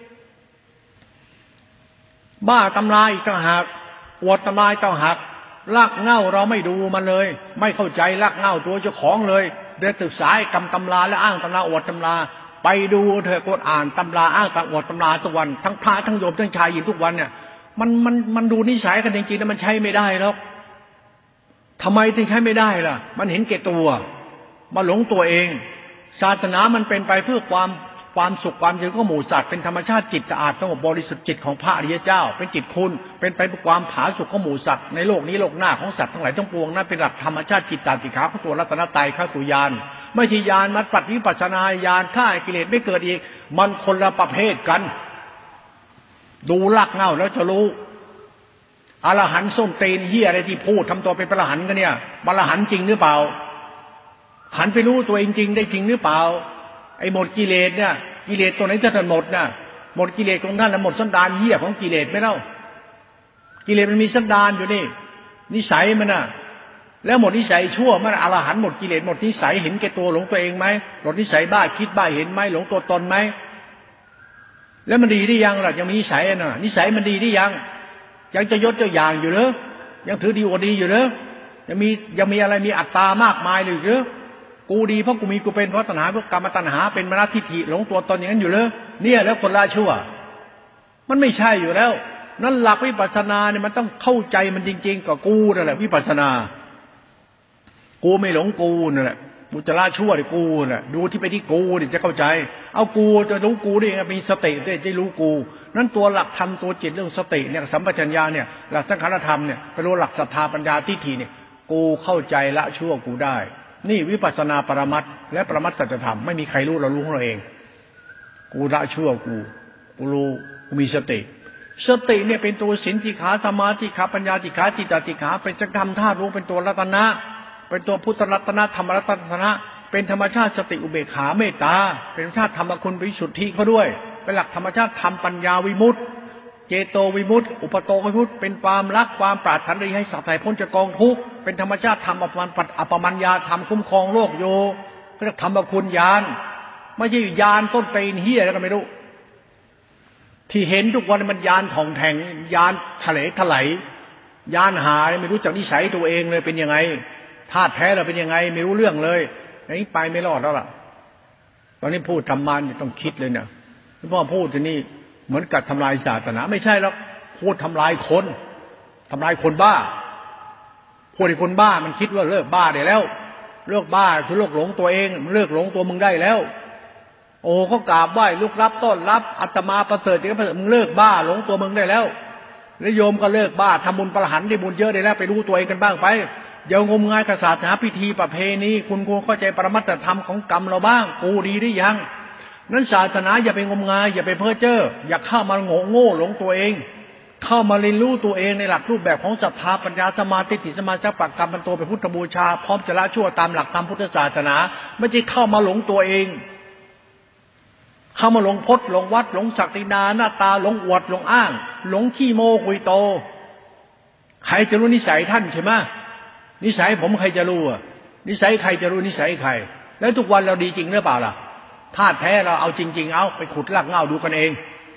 บ้าตำราอีกต่างหากอวดตำราต่างหากลากเง่าเราไม่ดูมันเลยไม่เข้าใจลากเง่าตัวเจ้าของเลยเดินศึกษากรรมตำราและอ้างตำราอวดตำราไปดูเถอะกดอ่านตำราอ้างตำอวดตำราทุกวันทั้งพระทั้งโยมทั้งชายหญิงทุกวันเนี่ยมันดูนิสัยกันจริงๆแล้วมันใช้ไม่ได้หรอกทำไมถึงใช้ไม่ได้ล่ะมันเห็นแก่ตัวมาหลงตัวเองศาสนามันเป็นไปเพื่อความสุขความเจริญของหมู่สัตว์เป็นธรรมชาติจิตสะอาดสงบบริสุทธิ์จิตของพระอริยเจ้าเป็นจิตคุณเป็นไปเพื่อความผาสุกของหมู่สัตว์ในโลกนี้โลกหน้าของสัตว์ทั้งหลายทั้งปวงนั้นเป็นหลักธรรมชาติจิตตาติขาของตัวรัตนตรัยข้าตุญาณไม่ใช่ญาณมัดปัดวิปัสสนาญาณฆ่ากิเลสไม่เกิดอีกมันคนละประเภทกันดูรากเหง้าแล้วจะรู้อรหันต์ส้มตีนเหี้ยอะไรที่พูดทำตัวเป็นพระอรหันต์กันเนี่ยพระอรหันต์จริงหรือเปล่าหันไปรู้ตัวเองจริงได้จริงหรือเปล่าไอ้หมดกิเลสเนี่ยกิเลสตัวไหนจะหมดน่ะหมดกิเลสของท่านแล้วหมดสันดานเหี้ยของกิเลสไม่เล่ากิเลสมันมีสันดานอยู่นี่นิสัยมันน่ะแล้วหมดนิสัยชั่วมันอรหันต์หมดกิเลสหมดนิสัยเห็นแก่ตัวหลงตัวเองไหมหมดนิสัยบ้าคิดบ้าเห็นไหมหลงตัวตนไหมแล้วมันดีได้ยังล่ะยังมีนิสัยน่ะนิสัยมันดีได้ยังจะยศเจ้าอย่างอยู่เหรอยังถือดีอวดดีอยู่เหรอยังมีอะไรมีอัตตามากมายเลยเหรอกูดีเพราะกูมีกูเป็นเพราะตัณหาเพราะกรรมตัณหาเป็นมรรคทิฏฐิหลงตัวตนอย่างนั้นอยู่เหรอเนี่ยแล้วคนละชั่วมันไม่ใช่อยู่แล้วนั่นหลักวิปัสสนาเนี่ยมันต้องเข้าใจมันจริงๆกับกูนั่นแหละวิปัสสนากูไม่หลงกูนั่นแหละกูจะละชั่วดิกูน่ะดูที่ไปที่กูดิจะเข้าใจเอากูจะรู้กูได้มีสติได้รู้กูนั้นตัวหลักธรรมตัวจิตเรื่องสติเนี่ยสัมปชัญญะเนี่ยหลักสังขารธรรมเนี่ยไปรู้หลักศรัทธาปัญญาทิฏฐิเนี่ยกูเข้าใจละชั่วกูได้นี่วิปัสสนาปรมัตถ์และปรมัตถสัจธรรมไม่มีใครรู้เรารู้ของเราเองกูละชั่วกูรู้กูมีสติเนี่ยเป็นตัวศีลสิกขาสมาธิขาปัญญาสิกขาจิตตสิกขาเป็นสังฆธรรมธาตุรู้เป็นตัวรัตนะเป็นตัวพุทธรัตนะธรรมรัตนะเป็นธรรมชาติสติอุเบกขาเมตตาเป็นธรรมชาติธรรมคุณวิสุทธิเขาด้วยเป็นหลักธรรมชาติธรรมปัญญาวิมุตติเจโตวิมุตติอุปโตวิมุตติเป็นความรักความปรารถนาให้สัตว์ไถ่พ้นจากกองทุกข์เป็นธรรมชาติธรรมอัปปมัญญาธรรมคุ้มครองโลกโยเรียกธรรมคุณญาณไม่ใช่ญาณต้นตีนเหี้ยแล้วก็ไม่รู้ที่เห็นทุกวันมันญาณถ่องแทงญาณทะเลถลายญาณหาไม่รู้จักนิสัยตัวเองเลยเป็นยังไงธาตุแท้เราเป็นยังไงไม่รู้เรื่องเลยนี่ไปไม่รอดแล้วล่ะตอนนี้พูดธรรมะนี่ต้องคิดเลยเนี่ยพ่อพูดทีนี้เหมือนกับทำลายศาสนาไม่ใช่หรอกพูดทำลายคนบ้าพูดให้คนบ้ามันคิดว่าเลิกบ้าได้แล้วเลิกบ้าคือเลิกหลงตัวเองเลิกหลงตัวมึงได้แล้วโอ้เขากราบไหว้ลุกรับต้อนรับอาตมาประเสริฐก็ประเสริฐมึงเลิกบ้าหลงตัวมึงได้แล้วและโยมก็เลิกบ้าทำบุญประหันได้บุญเยอะได้แล้วไปรู้ตัวเองกันบ้างไปอย่างงมงายกับศาสนาพิธีประเพณีคุณควรเข้าใจปรมัตถธรรมของกรรมเราบ้างกูดีหรือยังนั้นศาสนาอย่าไปงมงายอย่าไปเพ้อเจ้ออย่าเข้ามาโง่หลงตัวเองเข้ามาเรียนรู้ตัวเองในหลักรูปแบบของศรัทธาปัญญาสมาธิสมาสัพพะกรรมเป็นตัวเป็นพุทธบูชาพร้อมจะละชั่วตามหลักธรรมพุทธศาสนาไม่ใช่เข้ามาหลงตัวเองเข้ามาหลงพจน์หลงวัดหลงศักดินาหน้าตาหลงอวดหลงอ้างหลงขี้โม้คุยโตใครจะรู้นิสัยท่านใช่ไหมนิสัยผมใครจะรู้อ่ะนิสัยใครจะรู้นิสัยใครแล้วทุกวันเราดีจริงหรือเปล่าล่ะธาตุแท้เราเอาจริงๆเอาไปขุดรากเหง้าดูกันเอง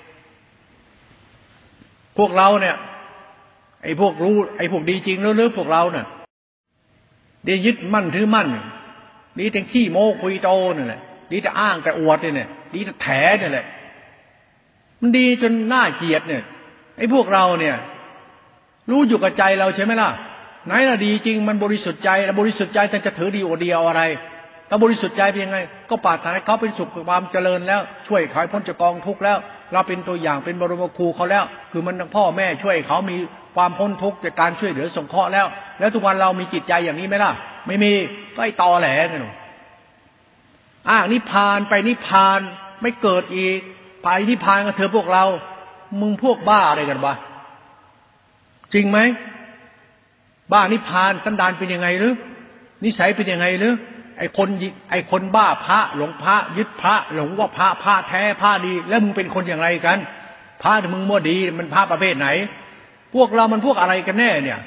พวกเราเนี่ยไอ้พวกรู้ไอ้พวกดีจริงแล้วหรือพวกเราเนี่ยดียึดมั่นถือมั่นดีแต่ขี้โม้คุยโตนั่นแหละดีแต่อ้างแต่อวดเนี่ยดีแต่แถนี่แหละมันดีจนน่าเกลียดเนี่ยไอ้พวกเราเนี่ยรู้อยู่กับใจเราใช่ไหมล่ะไหนล่ะดีจริงมันบริสุทธิ์ใจแล้วบริสุทธิ์ใจจะถือดีโอเดียวอะไรถ้าบริสุทธิ์ใจเป็นยังไงก็ปรารถนาให้เขาเป็นสุขความเจริญแล้วช่วยเขาพ้นจากกองทุกข์แล้วเราเป็นตัวอย่างเป็นบรมครูเขาแล้วคือมันพ่อแม่ช่วยเขามีความพ้นทุกข์จากการช่วยเหลือสงเคราะห์แล้วทุกวันเรามีจิตใจอย่างนี้ไหมล่ะไม่มีก็ไอ้ตอแหลกันนิพพานไปนิพพานไม่เกิดอีกไปนิพพานกันเถอะพวกเรามึงพวกบ้าอะไรกันวะจริงไหมบ้านิพพานสันดานเป็นยังไงหรือนิสัยเป็นยังไงหรือไอ้คนบ้าพระหลงพระยึดพระหลงว่าพระแท้พระดีแล้วมึงเป็นคนอย่างไรกันพระที่มึงมั่วดีมันพระประเภทไหนพวกเรามันพวกอะไรกันแน่เนี่ย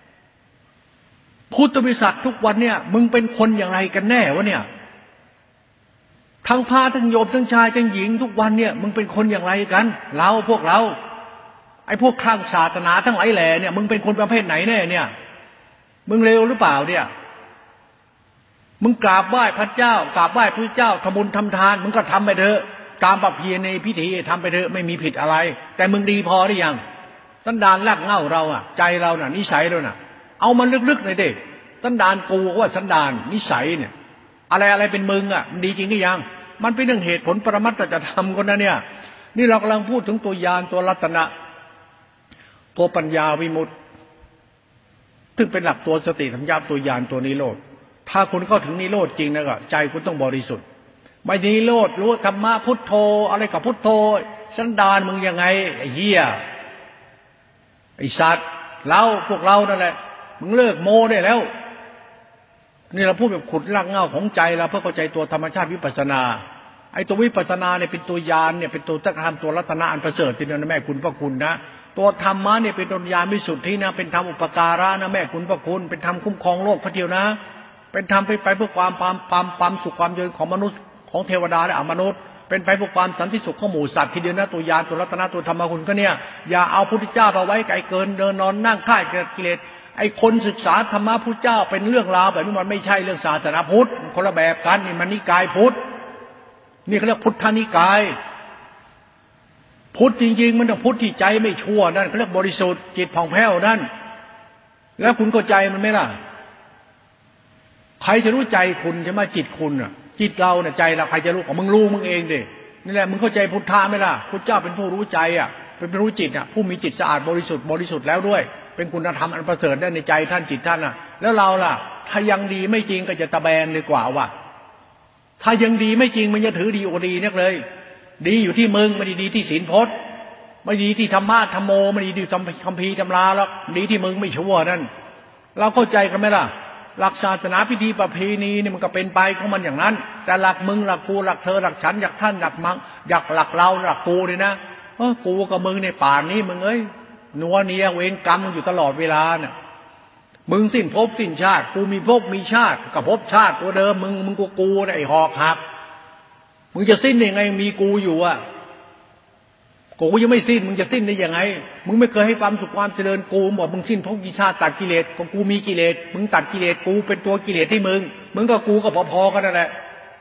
พุทธบริษัททุกวันเนี่ยมึงเป็นคนอย่างไรกันแน่วะเนี่ยทั้งพระทั้งโยมทั้งชายทั้งหญิงทุกวันเนี่ยมึงเป็นคนอย่างไรกันพวกเราไอ้พวกคลั่งศาสนาทั้งหลายแหล่เนี่ยมึงเป็นคนประเภทไหนแน่เนี่ยมึงเลวหรือเปล่าเนี่ยมึงกราบไหว้พระเจ้ากราบไหว้พระเจ้าทำบุญทำทานมึงก็ทำไปเถอะตามประเพณีพิธีทำไปเถอะไม่มีผิดอะไรแต่มึงดีพอหรือยังสันดานรากเหง้าเราอ่ะใจเราน่ะนิสัยเราน่ะเอามันลึกๆหน่อยดิสันดานกูว่าสันดานนิสัยเนี่ยอะไรเป็นมึงอ่ะมันดีจริงหรือยังมันเป็นเรื่องเหตุผลปรมัตถธรรมคนนั้นเนี่ยนี่เรากำลังพูดถึงตัวญาณตัวรัตนะตัวปัญญาวิมุตติซึ่งเป็นหลักตัวสติสัมยาตัวญาณตัวนิโรธถ้าคุณเข้าถึงนิโรธจริงนะก็ใจคุณต้องบริสุทธิ์ไม่นิโรธรู้ธรรมะพุทโธอะไรกับพุทโธสันดานมึงยังไงไอ้เหี้ยไอ้สัตว์พวกเรานั่นแหละมึงเลิกโมได้แล้วนี่เราพูดแบบขุดรากเหง้าของใจเราเพื่อเข้าใจตัวธรรมชาติวิปัสสนาไอ้ตัววิปัสสนาเนี่ยเป็นตัวญาณเนี่ยเป็นตัวตะธรรมตัวรัตนะอันประเสริฐที่นั่นนะแม่คุณพระคุณนะตัวธรรมะเนี่ยเป็นตัวญาณวิสุทธินะเป็นธรรมอุปการะนะแม่คุณพระคุณเป็นธรรมคุ้มครองโลกพระเดียวนะเป็นธรรมไปเพื่อความสุขความเจริญของมนุษย์ของเทวดาและอมนุษย์เป็นไปเพื่อความสันติสุขของหมู่สัตว์ทีเดียวนะตัวญาณตัวรัตนะตัวธรรมคุณก็เนี่ยอย่าเอาพุทธเจ้ามาไว้ไกลเกินเดินนอนนั่งค่ายกิเลสไอ้คนศึกษาธรรมะพุทธเจ้าเป็นเรื่องราวแบบนี้มันไม่ใช่เรื่องศาสนาพุทธคนละแบบกันนี่มันนิกายพุทธนี่เขาเรียกพุทธนิกายพุทธจริงๆมันต้องพุทธที่ใจไม่ชั่วนั่นเขาเรียกบริสุทธิ์จิตผ่องแผ้วนั่นแล้วคุณเข้าใจมันไหมล่ะใครจะรู้ใจคุณใช่ไหมจิตคุณอ่ะจิตเราเนี่ยใจเราใครจะรู้ของมึงรู้มึงเองดินี่แหละมึงเข้าใจพุทธะไหมล่ะพุทธเจ้าเป็นผู้รู้ใจอ่ะเป็นผู้รู้จิตอ่ะผู้มีจิตสะอาดบริสุทธิ์แล้วด้วยเป็นคุณธรรมอันประเสริฐได้ในใจท่านจิตท่านอ่ะแล้วเราล่ะถ้ายังดีไม่จริงก็จะตะแบงดีกว่าว่ะถ้ายังดีไม่จริงมันจะถือดีโอดีนักเลยดีอยู่ที่มึงไม่ได้ดีที่ศีลพจน์ไม่ดีที่ธรรมะธรรมโมไม่ดีที่คัมภีร์ตำราแล้วดีที่มึงไม่ชั่วนั่นเราเข้าใจกันไหมล่ะหลักศาสนาพิธีประเพณีนี่มันก็เป็นไปของมันอย่างนั้นแต่หลักมึงหลักกูหลักเธอหลักฉันหลักท่านหลักมังหลักเราหลักกูนี่นะกูกับมึงในป่านนี้มึงนัวเนียเวรกรรมอยู่ตลอดเวลาเนี่ยมึงสิ้นภพสิ้นชาติกูมีภพมีชาติกับภพชาติตัวเดิมมึงกูไอ้หอกหักมึงจะสิ้นได้ไงมีกูอยู่อ่ะกูยังไม่สิ้นมึงจะสิ้นได้ยังไงมึงไม่เคยให้ความสุขความเจริญกูบอกมึงสิ้นภพกี่ชาติตัดกิเลสของกูมีกิเลสมึงตัดกิเลสกูเป็นตัวกิเลสที่มึงกับกูก็พอๆกันนั่นแหละ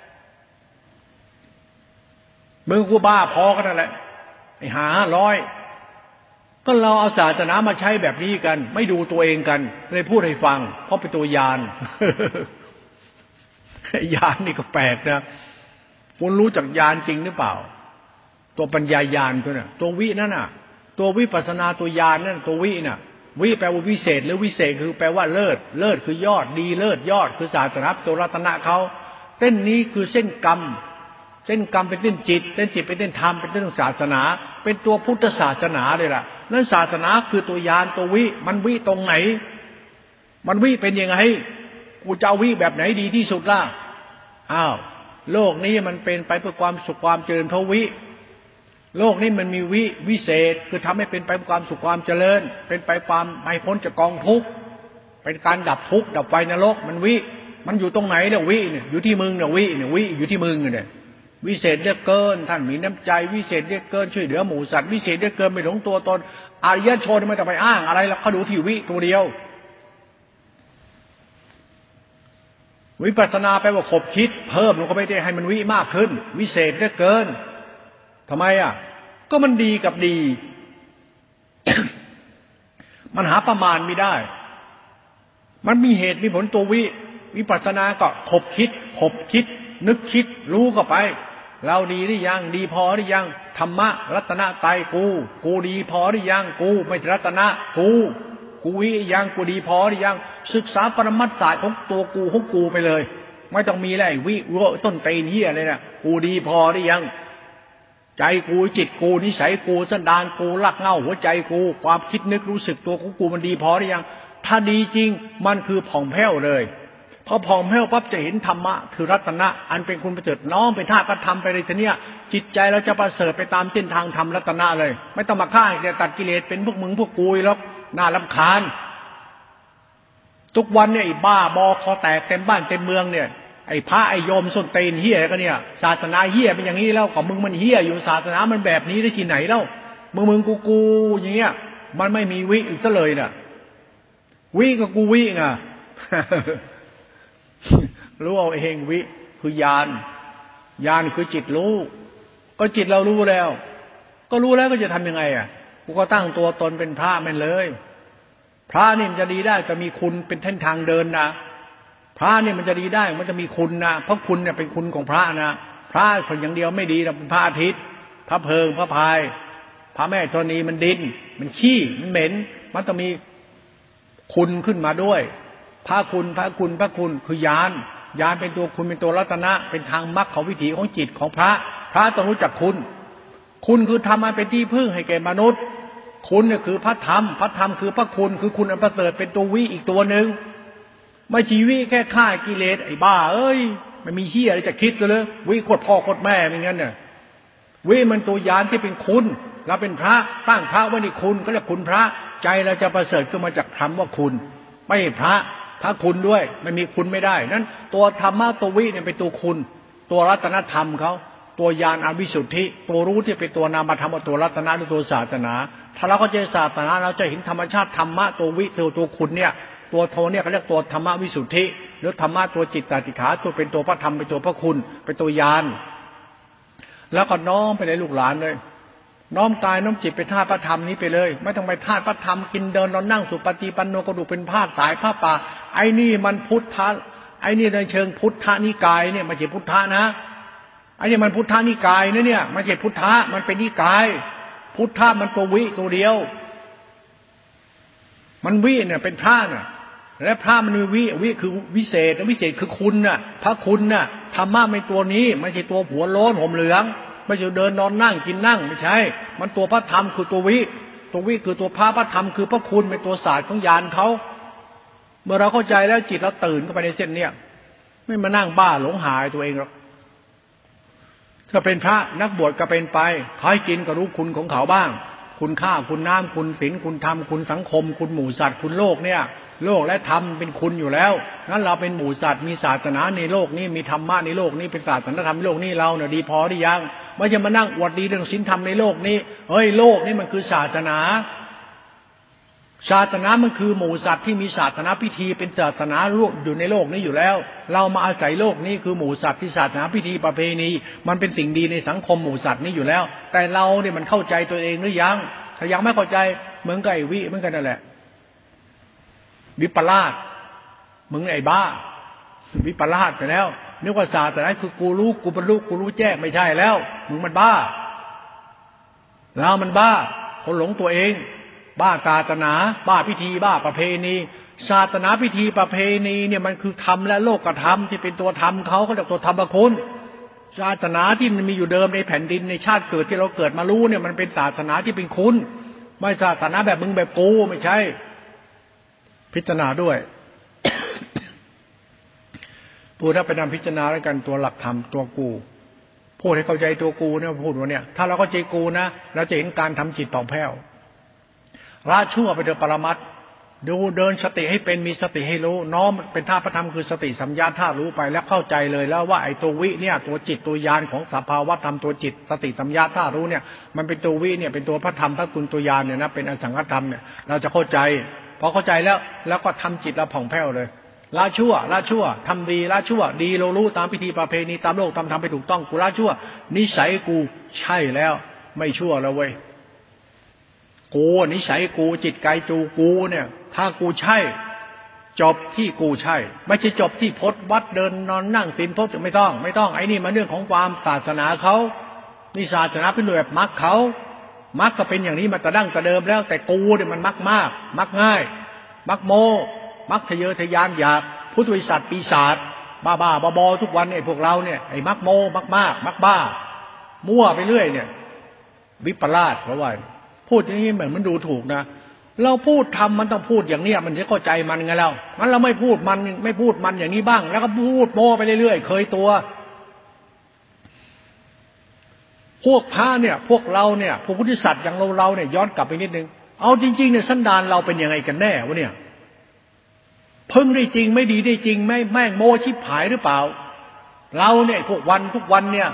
มึงกูบ้าพอกันนั่นแหละไอ้หาร้อยก็เราเอาศาสนามาใช้แบบนี้กันไม่ดูตัวเองกันเลยพูดให้ฟังเพราะเป็นตัวยาน ยานนี่ก็แปลกนะคุณรู้จักญาณจริงหรือเปล่าตัวปัญญาญาณตัวน่ะตัววินั่นน่ะตัววิปัสสนาตัวญาณนั่นตัววิน่ะวิแปลว่าวิเศษหรือวิเศษคือแปลว่าเลิศเลิศคือยอดดีเลิศยอดคือศาสนาตัวรัตนะเขาเส้นนี้คือเส้นกรรมเส้นกรรมเป็นเส้นจิตเส้นจิตเป็นเส้นธรรมเป็นเส้นศาสนาเป็นตัวพุทธศาสนาเลยล่ะนั่นศาสนาคือตัวญาณตัววิมันวิตรงไหนมันวิเป็นยังไงกูจะเอาวิแบบไหนดีที่สุดล่ะอ้าวโลกนี้มันเป็นไปเพื่อความสุขความเจริญเพราะวิโลกนี้มันมีวิเศษคือทำให้เป็นไปเพื่อความสุขความเจริญเป็นไปความไม่พ้นจากกองทุกข์เป็นการดับทุกข์ดับไฟนรกมันวิมันอยู่ตรงไหนเนี่ยวิเนี่ยอยู่ที่มึงเนี่ยวิเนี่ยวิอยู่ที่มึงเนี่ยวิเศษเหลือเกินท่านมีน้ำใจวิเศษเหลือเกินช่วยเหลือหมู่สัตว์วิเศษเหลือเกินไม่หลงตัวตนอริยชนไม่ต้องไปอ้างอะไรแล้วเขาดูที่วิตัวเดียววิปัสสนาแปลว่าขบคิดเพิ่มลงก็ไม่ได้ให้มันวิมากขึ้นวิเศษเหลือเกินทำไมอ่ะก็มันดีกับดี มันหาประมาณไม่ได้มันมีเหตุมีผลตัววิปัสสนาก็ขบคิดนึกคิดรู้ก็ไปเราดีหรือยังดีพอหรือยังธรรมะรัตนะไตรกูดีพอหรือยังกูไม่รัตนะกูวิยังกูดีพอหรือยังศึกษาปรมัตถ์ศาสตร์ของตัวกูไปเลยไม่ต้องมีอะไรวิต้นเตนเหี้ยเลยนะกูดีพอหรือยังใจกูจิตกูนิสัยกูสันดานกูรักเง่าหัวใจกูความคิดนึกรู้สึกตัวของกูมันดีพอหรือยังถ้าดีจริงมันคือผ่องแผ้วเลยพอผ่องแผ้วปั๊บจะเห็นธรรมะคือรัตนะอันเป็นคุณประเสริฐน้อมเป็นธาตุพระธรรมไปเลยทีเนี้ยจิตใจเราจะประเสริฐไปตามเส้นทางธรรมรัตนะเลยไม่ต้องมาฆ่าแต่ตัดกิเลสเป็นพวกมึงพวกกูหรอกน่ารำคาญทุกวันเนี่ยไอ้บ้าบอคอแตกเต็มบ้านเต็มเมืองเนี่ยไอ้พระไอ้โยมส้นตีนเหี้ยก็เนี่ยศาสนาเหี้ยเป็นอย่างนี้แล้วของมึงมันเหี้ยอยู่ศาสนามันแบบนี้ได้ที่ไหนแล้วมึงกูอย่างเงี้ยมันไม่มีวิอีกซะเลยน่ะวิกับกูวิไง รู้เอาเองวิคือญาณคือจิตรู้ก็จิตเรารู้แล้วก็รู้แล้วก็จะทำยังไงอ่ะกูก็ตั้งตัวตนเป็นพระมันเลยพระนี่มันจะดีได้จะมีคุณเป็นเส้นทางเดินนะพระนี่มันจะดีได้มันจะมีคุณนะเพราะคุณเนี่ยเป็นคุณของพระนะพระคนอย่างเดียวไม่ดีนะเป็นพระอาทิตย์พระเพลิงพระพายพระแม่ธรณีมันดินมันขี้มันเหม็นมันต้องมีคุณขึ้นมาด้วยพระคุณคือญาณเป็นตัวคุณเป็นตัวรัตนะเป็นทางมรรคของวิถีของจิตของพระต้องรู้จักคุณคือธรรมะเป็นที่พึ่งให้แก่มนุษย์คุณเนี่ยคือพระธรรมคือพระคุณคือคุณอันประเสริฐเป็นตัววิอีกตัวนึงไม่ชีวิแค่ฆ่ากิเลสไอ้บ้าเอ้ยไม่มีเหี้ยอะไรจะคิดเลยวิโคตรพ่อโคตรแม่เป็นงั้นเนี่ยวิมันตัวญาณที่เป็นคุณเราเป็นพระตั้งพระไว้ในคุณก็เรียกคุณพระใจเราจะประเสริฐขึ้นมาจากคำว่าคุณไม่พระคุณด้วยไม่มีคุณไม่ได้นั้นตัวธรรมะตัววิเนี่ยเป็นตัวคุณตัวรัตนธรรมเขาตัวญาณอวิสุทธิตัวรู้ที่เป็นตัวนามธรรมตัวรัตนะหรือตัวศาสนาถ้าเราเข้าใจศาสนาเราจะเห็นธรรมชาติธรรมะตัววิตัวคุณเนี่ยตัวโทเนี่ยเขาเรียกตัวธรรมวิสุทธิหรือธรรมะตัวจิตตติขาตัวเป็นตัวพระธรรมเป็นตัวพระคุณเป็นตัวญาณแล้วก็น้อมไปในลูกหลานเลยน้อมกายน้อมจิตไปธาตุพระธรรมนี้ไปเลยไม่ต้องไปธาตุพระธรรมกินเดินนอนนั่งสุปฏิปันโนก็ดูเป็นภาคสายผ้าป่าไอ้นี่มันพุทธะไอ้นี่ในเชิงพุทธนิกายเนี่ยไม่ใช่พุทธะนะไอ้นี่มันพุทธนิกายนะเนี่ยไม่ใช่พุทธะมันเป็นนิกายพุทธะมันตัววิตัวเดียวมันวิเนี่ยเป็นพระน่ะและพระมันมีวิคือวิเศษคือคุณน่ะพระคุณน่ะธรรมะไม่ตัวนี้ไม่ใช่ตัวผัวโล้นห่มเหลืองไม่ใช่เดินนอนนั่งกินนั่งไม่ใช่มันตัวพระธรรมคือตัววิคือตัวพระธรรมคือพระคุณเป็นตัวศาสตร์ของญาณเขาเมื่อเราเข้าใจแล้วจิตเราตื่นเข้าไปในเส้นเนี้ยไม่มานั่งบ้าหลงหายตัวเองหรอกถ้าเป็นพระนักบวชก็เป็นไปใครกินก็รู้คุณของเขาบ้างคุณข้าวคุณน้ำคุณศีลคุณธรรมคุณสังคมคุณหมู่สัตว์คุณโลกเนี่ยโลกและธรรมเป็นคุณอยู่แล้วงั้นเราเป็นหมู่สัตว์มีศาสนาในโลกนี้มีธรรมะในโลกนี้เป็นศาสนาธรรมในโลกนี้เราเนี่ยดีพอหรือยังไม่จะมานั่งอวดดีเรื่องศีลธรรมในโลกนี้เฮ้ยโลกนี้มันคือศาสนามันคือหมู่สัตว์ที่มีศาสนาพิธีเป็นศาสนาอยู่ในโลกนี้อยู่แล้วเรามาอาศัยโลกนี้คือหมู่สัตว์ที่ศาสนาพิธีประเพณีมันเป็นสิ่งดีในสังคมหมู่สัตว์นี้อยู่แล้วแต่เราเนี่ยมันเข้าใจตัวเองหรือยังถ้ายังไม่เข้าใจเหมือนกับไอ้วิเหมือนกันนั่นแหละวิปลาสมึงไอ้บ้าวิปลาสไปแล้วนึกว่าศาสนาคือกูรู้กูบรรลุกูรู้แจ้งไม่ใช่แล้วมึงมันบ้าเรามันบ้าคนหลงตัวเองบ้าศาสนาบ้าพิธีบ้าประเพณีศาสนาพิธีประเพณีเนี่ยมันคือธรรมและโลกธรรมที่เป็นตัวธรรมเขาเรียกตัวธรรมคุณศาสนาที่มันมีอยู่เดิมในแผ่นดินในชาติเกิดที่เราเกิดมารู้เนี่ยมันเป็นศาสนาที่เป็นคุณไม่ศาสนาแบบมึงแบบกูไม่ใช่พิจารณาด้วย พูดถ้าไปนำพิจารณาแล้วกันตัวหลักธรรมตัวกูพูดให้เข้าใจตัวกูเนี่ยพูดว่าเนี่ยถ้าเราเข้าใจกูนะเราจะเห็นการทำจิตผ่องแผ้วละชั่วไปเถอะปรมัตถ์ดูเดินสติให้เป็นมีสติให้รู้น้อมเป็นธาตุพระธรรมคือสติสัมยาธาตุรู้ไปแล้วเข้าใจเลยแล้วว่าไอ้ตัววิเนี่ยตัวจิตตัวยานของสภาวะธรรมตัวจิตสติสัมยาธาตุรู้เนี่ยมันเป็นตัววิเนี่ยเป็นตัวพระธรรมพระคุณตัวยานเนี่ยนะเป็นอสังขธรรมเนี่ยเราจะเข้าใจพอเข้าใจแล้วก็ทำจิตเราผ่องแผ้วเลยละชั่วทำดีละชั่วดีเรารู้ตามพิธีประเพณีตามโลกทำไปถูกต้องกูละชั่วนิสัยกูใช่แล้วไม่ชั่วแล้วเว้ยกูนิสัยกูจิตกายจูกูเนี่ยถ้ากูใช่จบที่กูใช่ไม่ใช่จบที่พจน์วัดเดินนอนนั่งศีลพจน์ไม่ต้องไอ้นี่มันเรื่องของความศาสนาเขานี่ศาสนาเป็นแบบมรรคเขามรรคก็เป็นอย่างนี้มาแต่ดั้งแต่เดิมแล้วแต่กูเนี่ยมันมรรคมากมรรคง่ายมรรคโมมักทะเยอทะยานอยากพุทธวิสัชปีศาจบ้าบอทุกวันเนี่ยพวกเราเนี่ยไอ้มักโมมักมากมักบ้ามั่วไปเรื่อยเนี่ยวิปลาสเพราะว่าพูดอย่างนี้เหมือนมันดูถูกนะเราพูดทำมันต้องพูดอย่างเนี้ยมันจะเข้าใจมันไงแล้วงั้นเราไม่พูดมันอย่างนี้บ้างแล้วก็พูดโมไปเรื่อยๆเคยตัวพวกพระเนี่ยพวกเราเนี่ยพวกพุทธศาสตร์อย่างเราเนี่ยย้อนกลับไปนิดนึงเอาจริงๆเนี่ยสันดานเราเป็นยังไงกันแน่วะเนี่ยพึ่งได้จริงไม่ดีได้จริงไม่แม่งโมชิบหายหรือเปล่าเราเนี่ยพวกทุกวันเนี่ย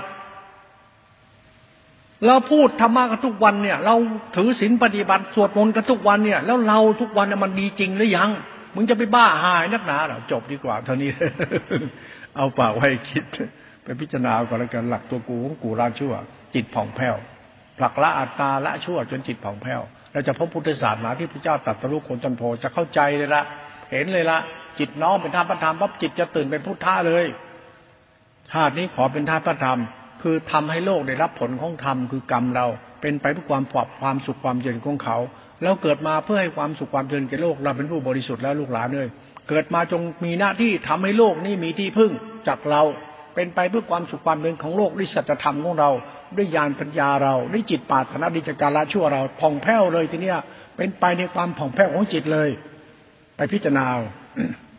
เราพูดธรรมะกันทุกวันเนี่ยเราถือศีลปฏิบัติสวดมนต์กันทุกวันเนี่ยแล้วเราทุกวันเนี่ยมันดีจริงหรือยังมึงจะไปบ้าหายนักหนาเหรอจบดีกว่าเท่านี้ เอาปากไว้คิดไปพิจารณาก่อนแล้วกันหลักตัวกูของกูละชั่วจิตผ่องแผ้วหลักละอัตตาละชั่วจนจิตผ่องแผ้วเราจะพบพุทธศาสนาที่พระเจ้าตรัสรู้โคนต้นโพจะเข้าใจเลยละเห็นเลยละจิตน้อมเป็นธาตุพระธรรมปั๊บจิตจะตื่นเป็นพุทธะเลยธาตุนี้ขอเป็นธาตุพระธรรมคือทำให้โลกได้รับผลของธรรมคือกรรมเราเป็นไปเพื่อความสุขความเจริญของเขาแล้วเกิดมาเพื่อให้ความสุขความเจริญแก่โลกเราเป็นผู้บริสุทธิ์แล้วลูกหลานเลยเกิดมาจงมีหน้าที่ทำให้โลกนี้มีที่พึ่งจากเราเป็นไปเพื่อความสุขความเจริญของโลกด้วยสัจธรรมของเราด้วยญาณปัญญาเราด้วยจิตปรารถนาดีจากการละชั่วเราผ่องแผ้วเลยทีเนี้ยเป็นไปในความผ่องแผ้วของจิตเลยไปพิจารณา